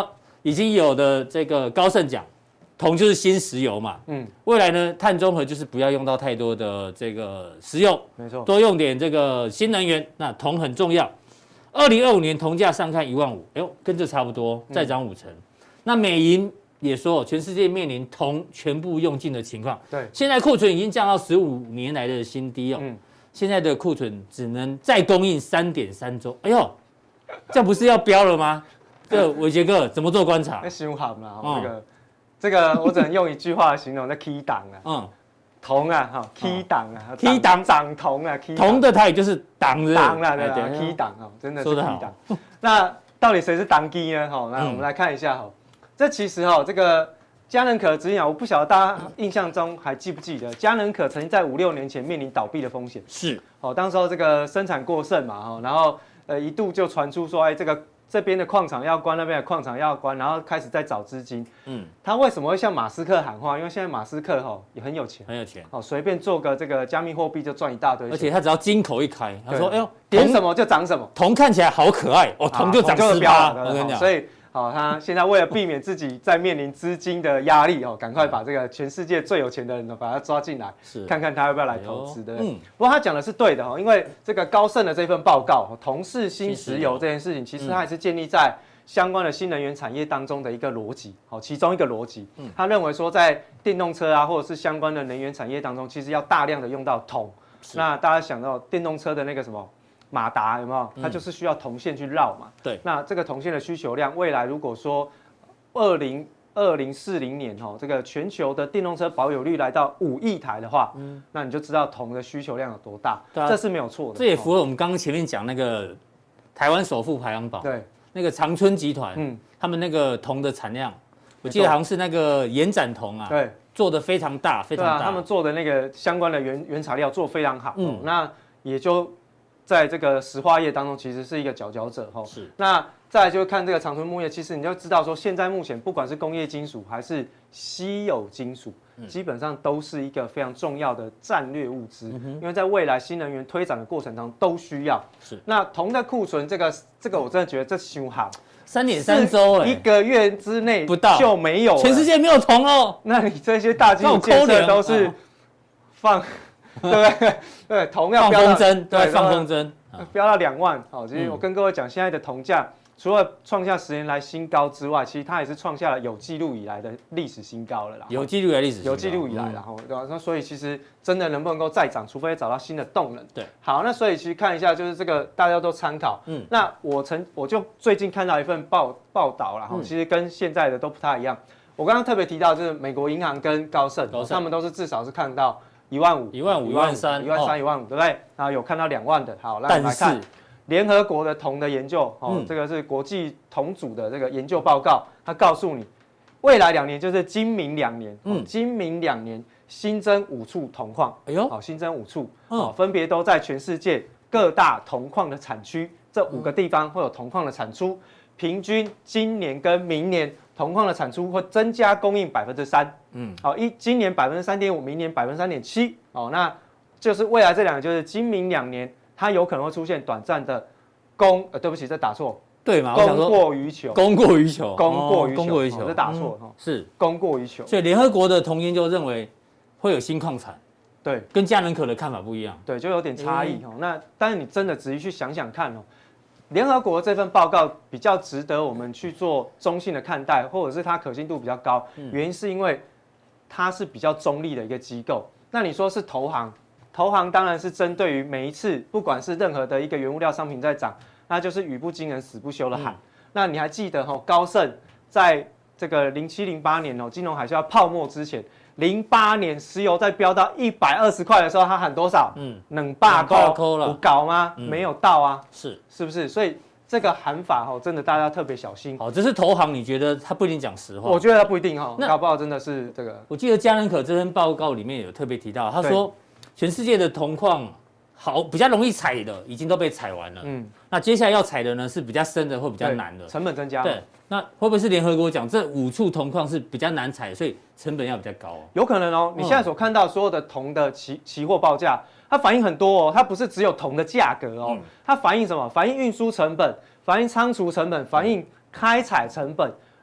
已经有的这个高盛讲，铜就是新石油嘛，未来呢碳中和就是不要用到太多的这个石油， 没错， 多用点这个新能源，那铜很重要。2025年铜价上看15000，哎呦，跟这差不多，再涨50%。那美银也说，全世界面临铜全部用尽的情况。 对， 现在库存已经降到15年来的新低哦。现在的库存只能再供应3.3周。哎呦，这不是要飙了吗？这伟杰哥怎么做观察？ 那形容好啦，这个我只能用一句话来形容，那 key 档啊，铜啊，哈 ，key 档啊，key 档涨铜啊， 铜的它也就是档子， 档啦，对吧 ？key 档哦，真的是 key 档。那到底谁是档基呢？哈，那我们来看一下哈。这其实这个佳能可执行长，我不晓得大家印象中还记不记得，佳能可曾经在5、6年前面临倒闭的风险。 是， 当时候这个生产过剩嘛，然后一度就传出说，哎，这边的矿场要关，那边的矿场要关，然后开始在找资金。他为什么会向马斯克喊话？因为现在马斯克也很有钱， 很有钱， 随便做个这个加密货币就赚一大堆钱。 而且他只要金口一开，他说，哎呦， 点什么就涨什么， 铜看起来好可爱哦，铜就涨10%。我跟你讲， 所以。他现在为了避免自己在面临资金的压力赶快把这个全世界最有钱的人把他抓进来，看看他要不要来投资，对不对？不过他讲的是对的因为这个高盛的这份报告，铜是新石油这件事情，其实它还是建立在相关的新能源产业当中的一个逻辑，其中一个逻辑，他认为说在电动车啊，或者是相关的能源产业当中，其实要大量的用到铜。那大家想到电动车的那个什么？马达有没有？它就是需要铜线去绕嘛。 对。 那这个铜线的需求量，未来如果说2040年这个全球的电动车保有率来到5亿台的话，那你就知道铜的需求量有多大。这是没有错的。 这也符合我们刚刚前面讲那个台湾首富排行榜。 对。 那个长春集团，他们那个铜的产量，我记得好像是那个延展铜啊， 对， 做的非常大，非常大。 他们做的那个相关的原材料做非常好。那也就。在这个石化业当中，其实是一个佼佼者是。那再来就看这个长春木业，其实你就知道说，现在目前不管是工业金属还是稀有金属，基本上都是一个非常重要的战略物资，因为在未来新能源推展的过程当中都需要。 是。 那铜的库存，这个我真的觉得这凶悍 ，3.3周 1个月之内不到就没有了， 全世界没有铜哦。 那你这些大基础建设都是放。对不对？对，铜要放风筝，对，放风筝， 飙到2万。其实我跟各位讲，现在的铜价除了创下10年来新高之外，其实它也是创下了有记录以来的历史新高了啦。 有记录以来历史新高， 有记录以来，然后对吧？那所以其实真的能不能够再涨，除非找到新的动能。 对， 好，那所以其实看一下，就是这个大家都参考。那我就最近看到一份报道啦，其实跟现在的都不太一样。我刚刚特别提到，就是美国银行跟高盛，他们都是至少是看到。15000、 13000、 13000、15000，对不对？然后有看到2万的。好，那我们来看联合国的铜的研究，这个是国际铜组的这个研究报告，它告诉你，未来2年就是今明2年，今明2年新增5处铜矿，哎呦，新增5处，分别都在全世界各大铜矿的产区，这5个地方会有铜矿的产出，平均今年跟明年。铜矿的产出会增加供应3%，今年3.5%，明年3.7%，那就是未来这2年，就是今明2年，它有可能会出现短暂的对不起，这打错， 对嘛？ 供过于求， 供过于求， 这打错是供过于求。 所以联合国的铜研究认为会有新矿产， 对， 跟佳能可的看法不一样， 对，就有点差异那但是你真的仔细去想想看联合国这份报告比较值得我们去做中性的看待，或者是它可信度比较高，原因是因为它是比较中立的一个机构。那你说是投行当然是针对于每一次不管是任何的一个原物料商品在涨，那就是语不惊人死不休的喊。那你还记得高盛在这个07、08年金融海啸泡沫之前，08年石油在飙到120块的时候，他喊多少？冷霸扣了，搞吗？没有到啊，是不是？所以这个喊法真的大家特别小心。 好，这是投行，你觉得他不一定讲实话？ 我觉得他不一定搞不好真的是这个。 我记得佳能可这份报告里面有特别提到，他说全世界的铜矿比较容易采的已经都被采完了，那接下来要采的呢是比较深的或比较难的， 成本增加。 对。那会不会是联合国讲这5处铜矿是比较难采，所以成本要比较高有可能你现在所看到所有的铜的期货报价，它反映很多它不是只有铜的价格它反映什么？反映运输成本，反映仓储成本，反映开采成本。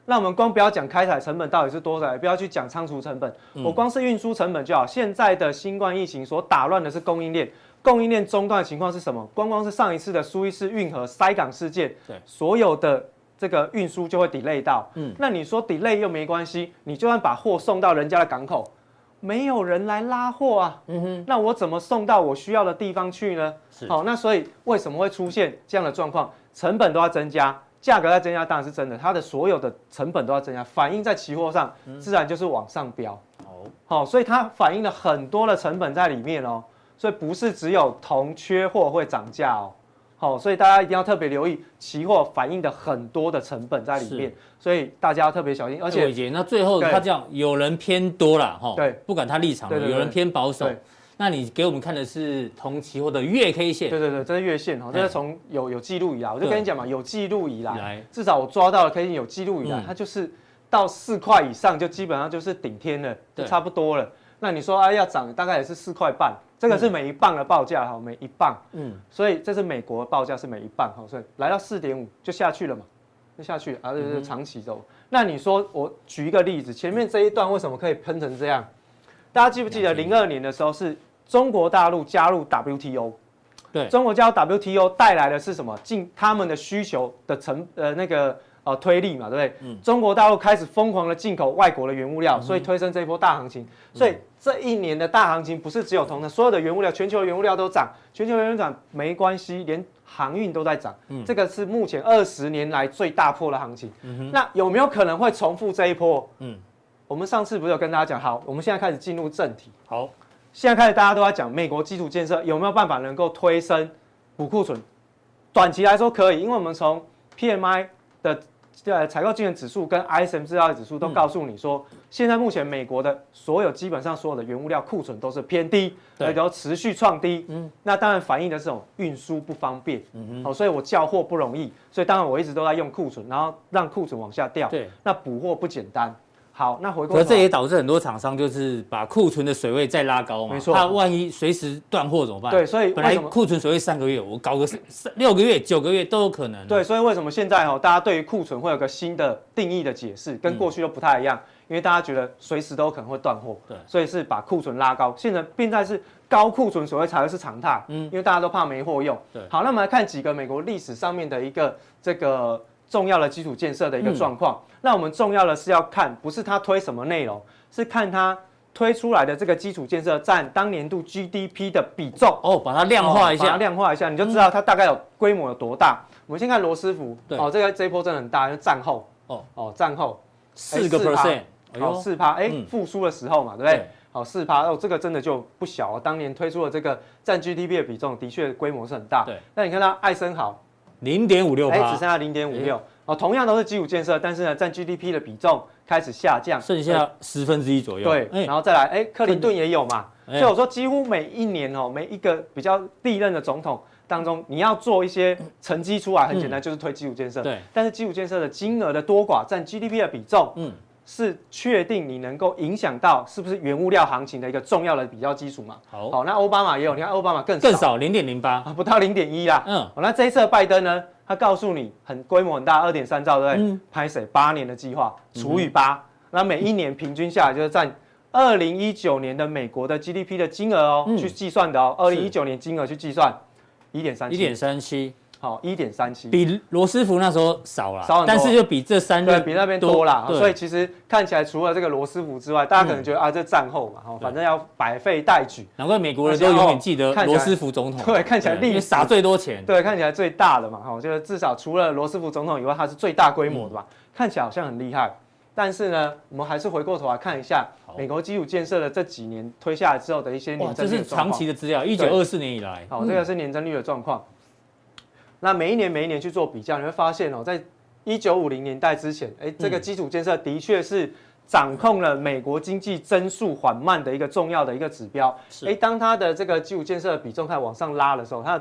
那我们光不要讲开采成本到底是多少，也不要去讲仓储成本，我光是运输成本就好。现在的新冠疫情所打乱的是供应链，供应链中断的情况是什么？光是上一次的苏伊士运河塞港事件，所有的这个运输就会 delay 到。那你说 delay 又没关系，你就算把货送到人家的港口，没有人来拉货啊。那我怎么送到我需要的地方去呢？好，那所以为什么会出现这样的状况？成本都要增加。价格在增加当然是真的，它的所有的成本都要增加，反映在期货上，自然就是往上飙。好，所以它反映了很多的成本在里面哦，所以不是只有铜缺货会涨价哦。好，所以大家一定要特别留意，期货反映的很多的成本在里面，所以大家要特别小心。而且， 那最后他这样有人偏多啦，哈， 对， 不管他立场，有人偏保守。那你给我们看的是铜期货的月 K 线， 对，这是月线哦，这是从有记录以来，我就跟你讲嘛，有记录以来，至少我抓到的 K 线有记录以来，它就是到4块以上就基本上就是顶天了，就差不多了。那你说要涨，大概也是4块半，这个是每一磅的报价哈，每一磅，所以这是美国的报价是每一磅哈，所以来到4.5就下去了嘛，就下去啊，就是长期走。那你说我举一个例子，前面这一段为什么可以喷成这样？大家记不记得02年的时候是中国大陆加入 WTO， 对，中国加入 WTO 带来的是什么？他们的需求的推力嘛，对不对？中国大陆开始疯狂的进口外国的原物料，所以推升这一波大行情。所以这一年的大行情不是只有铜的，所有的原物料，全球的原物料都涨，全球原物料涨没关系，连航运都在涨。这个是目前20年来最大波的行情。那有没有可能会重复这一波？我们上次不是有跟大家讲，好，我们现在开始进入正题。好。现在开始，大家都在讲美国基础建设有没有办法能够推升补库存？短期来说可以，因为我们从 PMI 的采购经理指数跟 ISM 制造业指数都告诉你说，现在目前美国的基本上所有的原物料库存都是偏低，而且持续创低。那当然反映的是这种运输不方便。好，所以我叫货不容易，所以当然我一直都在用库存，然后让库存往下掉。对，那补货不简单。好，那回过头， 可这也导致很多厂商就是把库存的水位再拉高嘛，没错，它万一随时断货怎么办？ 对，所以本来库存水位3个月，我搞个6个月、9个月都有可能。 对，所以为什么现在大家对于库存会有个新的定义的解释，跟过去都不太一样，因为大家觉得随时都有可能会断货，对，所以是把库存拉高，现在是高库存水位才会是常态，因为大家都怕没货用。对，好，那我们来看几个美国历史上面的一个这个重要的基础建设的一个状况。那我们重要的是要看，不是他推什么内容，是看他推出来的这个基础建设占当年度 GDP 的比重。 把它量化一下， 把它量化一下，你就知道它大概有规模有多大。我们先看罗斯福，这一波真的很大，因为战后，战后 4%， 好4%，复苏的时候嘛，对不对？好4%，这个真的就不小哦。当年推出的这个占 GDP 的比重，的确规模是很大。对，那你看到艾森豪 0.56%， 只剩下0.56%。同样都是基础建设，但是呢，占 GDP 的比重开始下降， 剩下1/10左右。 对，然后再来，克林顿也有嘛，所以我说几乎每一年每一个比较历任的总统当中，你要做一些成绩出来，很简单，就是推基础建设。对，但是基础建设的金额的多寡占 GDP 的比重，是确定你能够影响到是不是原物料行情的一个重要的比较基础嘛？好，那奥巴马也有，你看奥巴马更少，0.08， 不到0.1啦。那这一次的拜登呢？他告诉你规模很大，2.3兆，对不对？拍谁8年的计划除以8，那每一年平均下来就是占2019年的美国的 GDP 的金额去计算的2019年金额去计算 1.37， 好，1.37， 比罗斯福那时候少了， 少很多， 但是就比这3任比那边多啦。所以其实看起来除了这个罗斯福之外，大家可能觉得这战后嘛，反正要百废待举。 难怪美国人都永远记得罗斯福总统， 对，看起来因为撒最多钱， 对，看起来最大的嘛，就是至少除了罗斯福总统以外，他是最大规模的嘛，看起来好像很厉害。但是呢，我们还是回过头来看一下美国基础建设的这几年推下来之后的一些年增率的状况。 这是长期的资料，1924年以来， 好，这个是年增率的状况。那每一年去做比较，你会发现在1950年代之前，这个基础建设的确是掌控了美国经济增速缓慢的一个重要的一个指标。当它的这个基础建设的比重开始往上拉的时候，它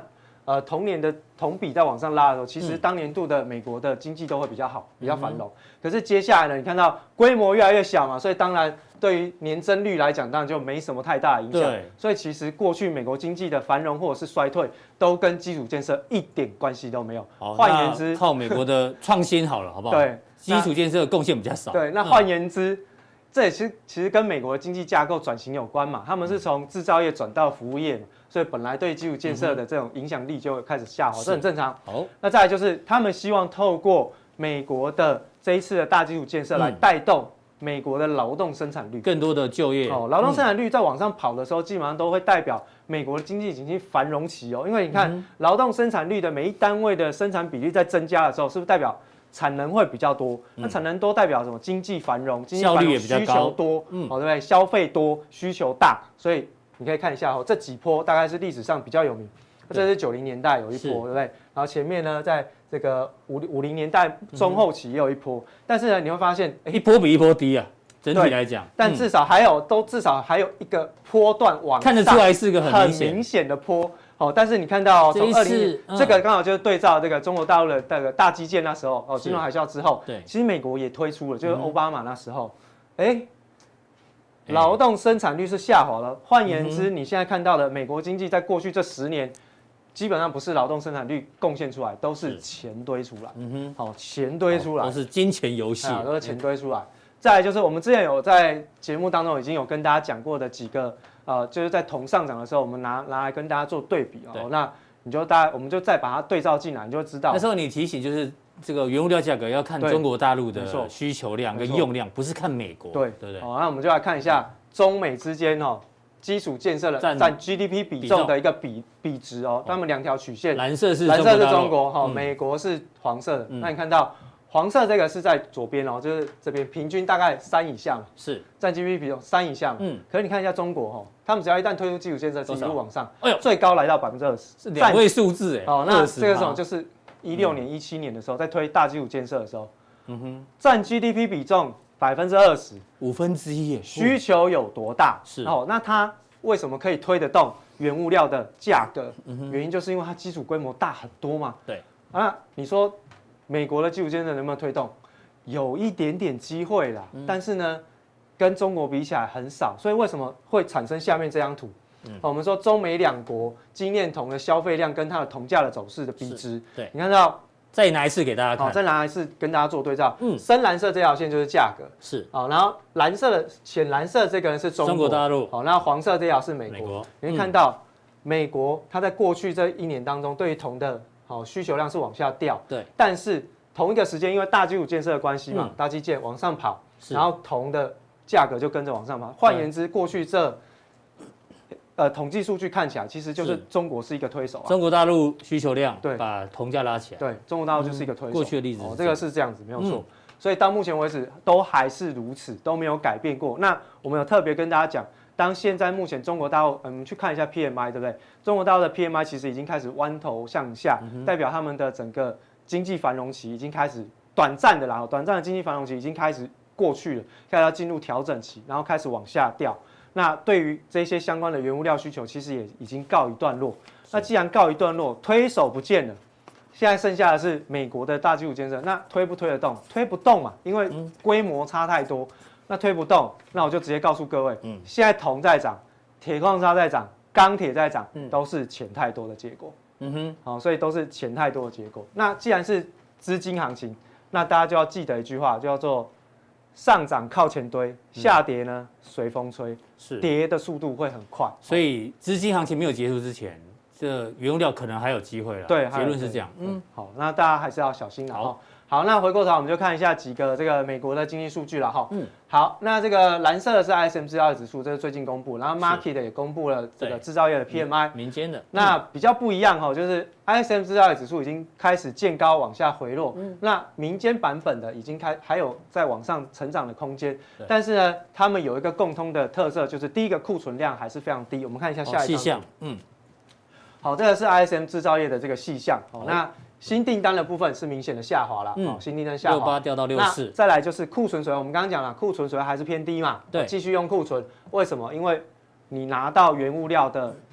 同年的同比在往上拉的时候，其实当年度的美国的经济都会比较好，比较繁荣。可是接下来呢，你看到规模越来越小嘛，所以当然对于年增率来讲，当然就没什么太大的影响。 对， 所以其实过去美国经济的繁荣或者是衰退，都跟基础建设一点关系都没有。换言之， 靠美国的创新好了，好不好？ 对， 基础建设贡献比较少。 对，那换言之。这也其实跟美国的经济架构转型有关嘛，他们是从制造业转到服务业嘛，所以本来对基础建设的这种影响力就开始下滑，这很正常。好，那再来就是他们希望透过美国的这一次的大基础建设来带动美国的劳动生产率， 更多的就业。 劳动生产率在往上跑的时候，基本上都会代表美国的经济已经繁荣期哦，因为你看劳动生产率的每一单位的生产比例在增加的时候，是不是代表产能会比较多？那产能多代表什么？经济繁荣，经济繁荣需求多，对不对？消费多，需求大，所以你可以看一下这几波大概是历史上比较有名。这是90年代有一波，对不对？然后前面呢，在这个50年代中后期也有一波，但是呢，你会发现一波比一波低啊，整体来讲。 但至少还有一个波段往上， 看得出来是个很明显的波。但是你看到从这个刚好就是对照这个中国大陆的这个大基建那时候金融海啸之后，对，其实美国也推出了，就是奥巴马那时候，劳动生产率是下滑了。换言之，你现在看到的美国经济在过去这10年，基本上不是劳动生产率贡献出来，都是钱堆出来。钱堆出来， 都是金钱游戏， 都是钱堆出来。再来就是我们之前有在节目当中已经有跟大家讲过的几个。就是在铜上涨的时候，我们拿来跟大家做对比那我们就再把它对照进来，你就会知道。 那时候你提醒就是这个原物料价格要看中国大陆的需求量跟用量，不是看美国。对不对？ 那我们就来看一下中美之间基础建设的占 GDP 比重的一个比值他们2条曲线， 蓝色是中国美国是黄色的。那你看到。黄色这个是在左边就是这边平均大概3以下嘛， 是占 GDP 比重3以下嘛。可是你看一下中国他们只要一旦推出基础建设，一路往上，最高来到20%， 是2位数字那这个时候就是16年、17年的时候，在推大基础建设的时候，占 GDP 比重20%， 五分之一， 需求有多大？ 是那它为什么可以推得动原物料的价格？原因就是因为它基础规模大很多嘛。 对你说。美国的基础建设能不能推动？有一点点机会啦，但是呢，跟中国比起来很少，所以为什么会产生下面这张图？我们说中美2国精炼铜的消费量跟它的铜价的走势的比值， 对， 你看到， 再拿一次给大家看， 再拿一次跟大家做对照。深蓝色这条线就是价格， 是然后浅蓝色这个呢是中国大陆， 那黄色这条是美国。你会看到美国它在过去这1年当中，对于铜的需求量是往下掉， 对， 但是同一个时间，因为大基础建设的关系嘛，大基建往上跑，然后铜的价格就跟着往上跑。换言之，过去这统计数据看起来，其实就是中国是一个推手中国大陆需求量对把铜价拉起来， 对，中国大陆就是一个推手。 过去的例子这个是这样子，没有错。所以到目前为止都还是如此，都没有改变过。那我们有特别跟大家讲。当现在目前中国大陆，我们去看一下 PMI， 对不对？中国大陆的 PMI 其实已经开始弯头向下，代表他们的整个经济繁荣期已经开始短暂的经济繁荣期已经开始过去了，开始要进入调整期，然后开始往下掉。那对于这些相关的原物料需求，其实也已经告一段落。那既然告一段落，推手不见了，现在剩下的是美国的大基础建设，那推不推得动？推不动嘛，因为规模差太多。那推不动，那我就直接告诉各位，现在铜在涨，铁矿砂在涨，钢铁在涨，都是钱太多的结果。所以都是钱太多的结果。那既然是资金行情，那大家就要记得一句话，叫做上涨靠钱堆，下跌呢随风吹，跌的速度会很快。 所以资金行情没有结束之前，这原物料可能还有机会了。 对， 结论是这样。 好，那大家还是要小心了。好，那回过头我们就看一下几个这个美国的经济数据了哈。好，那这个蓝色的是 ISM 制造业指数，这是最近公布，然后 Market 也公布了这个制造业的 PMI， 民间的。 那比较不一样就是 ISM 制造业指数已经开始见高往下回落，那民间版本的已经还有在往上成长的空间，但是呢，他们有一个共通的特色，就是第一个库存量还是非常低。我们看一下下一张细项， 好，这个是 ISM 制造业的这个细项，那。新订单的部分是明显的下滑了，新订单下滑 ，68掉到64。 再来就是库存水位，我们刚刚讲了，库存水位还是偏低嘛， 对， 继续用库存，为什么？因为你拿到原物料的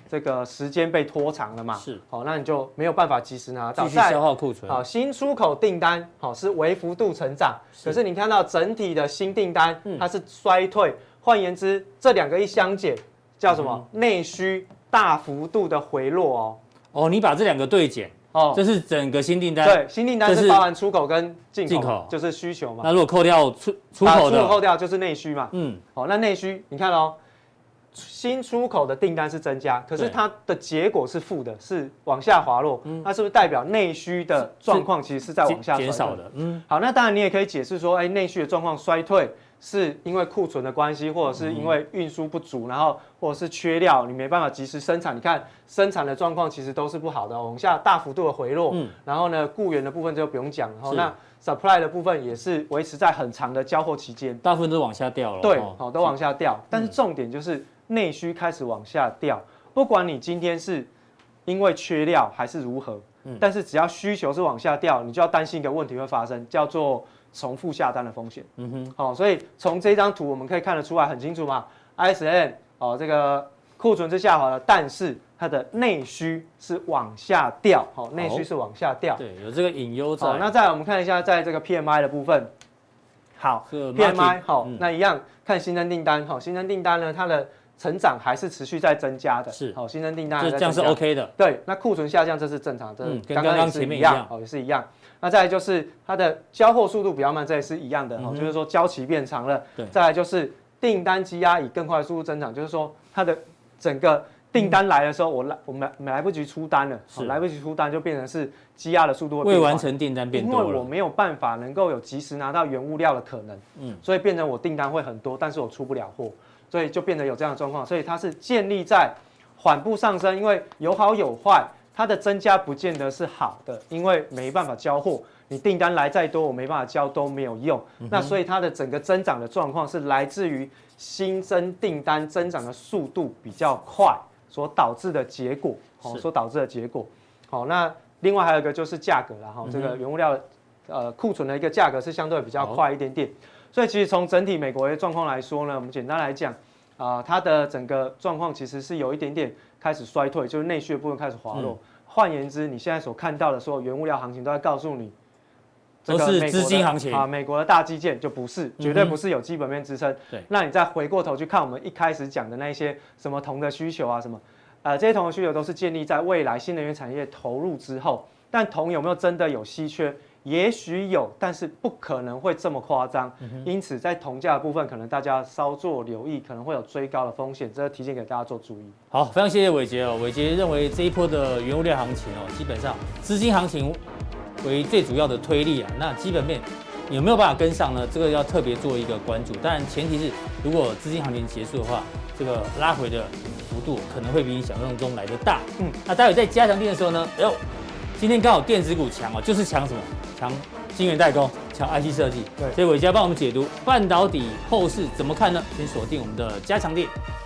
这个时间被拖长了嘛， 是， 好，那你就没有办法及时拿到， 继续消耗库存。 好，新出口订单好是微幅度成长，可是你看到整体的新订单它是衰退，换言之，这两个一相减，叫什么？内需大幅度的回落哦。 哦，你把这两个对减。哦，这是整个新订单。 对，新订单是包含出口跟进口，就是需求嘛。 那如果扣掉出口的， 扣掉就是内需嘛。好，那内需你看哦，新出口的订单是增加，可是它的结果是负的，是往下滑落。那是不是代表内需的状况其实是在往下减少的？ 好，那当然你也可以解释说，内需的状况衰退。是因为库存的关系，或者是因为运输不足，然后或者是缺料，你没办法及时生产。你看生产的状况其实都是不好的，往下大幅度的回落。然后呢，雇员的部分就不用讲了。那 supply 的部分也是维持在很长的交货期间， 大部分都往下掉了。 对，好，都往下掉。但是重点就是内需开始往下掉，不管你今天是因为缺料还是如何，但是只要需求是往下掉，你就要担心一个问题会发生，叫做重复下单的风险。好，所以从这张图我们可以看得出来很清楚嘛 ，ISM 这个库存是下滑了，但是它的内需是往下掉，内需是往下掉。 对，有这个隐忧在。 那再来我们看一下，在这个 PMI 的部分，好 ，PMI 好，那一样看新增订单，新增订单呢，它的成长还是持续在增加的， 是好，新增订单这样是 OK 的。 对，那库存下降这是正常，这跟刚刚前面一样， 也是一样。那再来就是它的交货速度比较慢，这也是一样的，就是说交期变长了。对，再来就是订单积压以更快的速度增长，就是说它的整个订单来的时候，我来不及出单了，来不及出单就变成是积压的速度会变未完成订单变多了， 因为我没有办法能够有及时拿到原物料的可能，所以变成我订单会很多，但是我出不了货，所以就变得有这样的状况，所以它是建立在缓步上升，因为有好有坏。它的增加不见得是好的，因为没办法交货，你订单来再多，我没办法交都没有用。那所以它的整个增长的状况是来自于新增订单增长的速度比较快所导致的结果，好，那另外还有一个就是价格啦，这个原物料库存的一个价格是相对比较快一点点。所以其实从整体美国的状况来说呢，我们简单来讲，它的整个状况其实是有一点点开始衰退，就是内需的部分开始滑落。换言之，你现在所看到的所有原物料行情都在告诉你， 都是资金行情啊。美国的大基建就不是，绝对不是有基本面支撑。对，那你再回过头去看我们一开始讲的那些什么铜的需求啊，什么这些铜的需求都是建立在未来新能源产业投入之后。但铜有没有真的有稀缺？也许有，但是不可能会这么夸张。因此，在铜价的部分，可能大家稍作留意，可能会有追高的风险，这提醒给大家做注意。 好，非常谢谢伟捷哦。伟捷认为这一波的原物料行情哦，基本上资金行情为最主要的推力啊。那基本面有没有办法跟上呢？这个要特别做一个关注。当然，前提是如果资金行情结束的话，这个拉回的幅度可能会比你想象中来得大。那待会在加强定的时候呢，今天刚好电子股强哦，就是强什么？强晶圆代工，强 IC 设计。对，所以伟捷帮我们解读半导体后市怎么看呢？请锁定我们的加强店。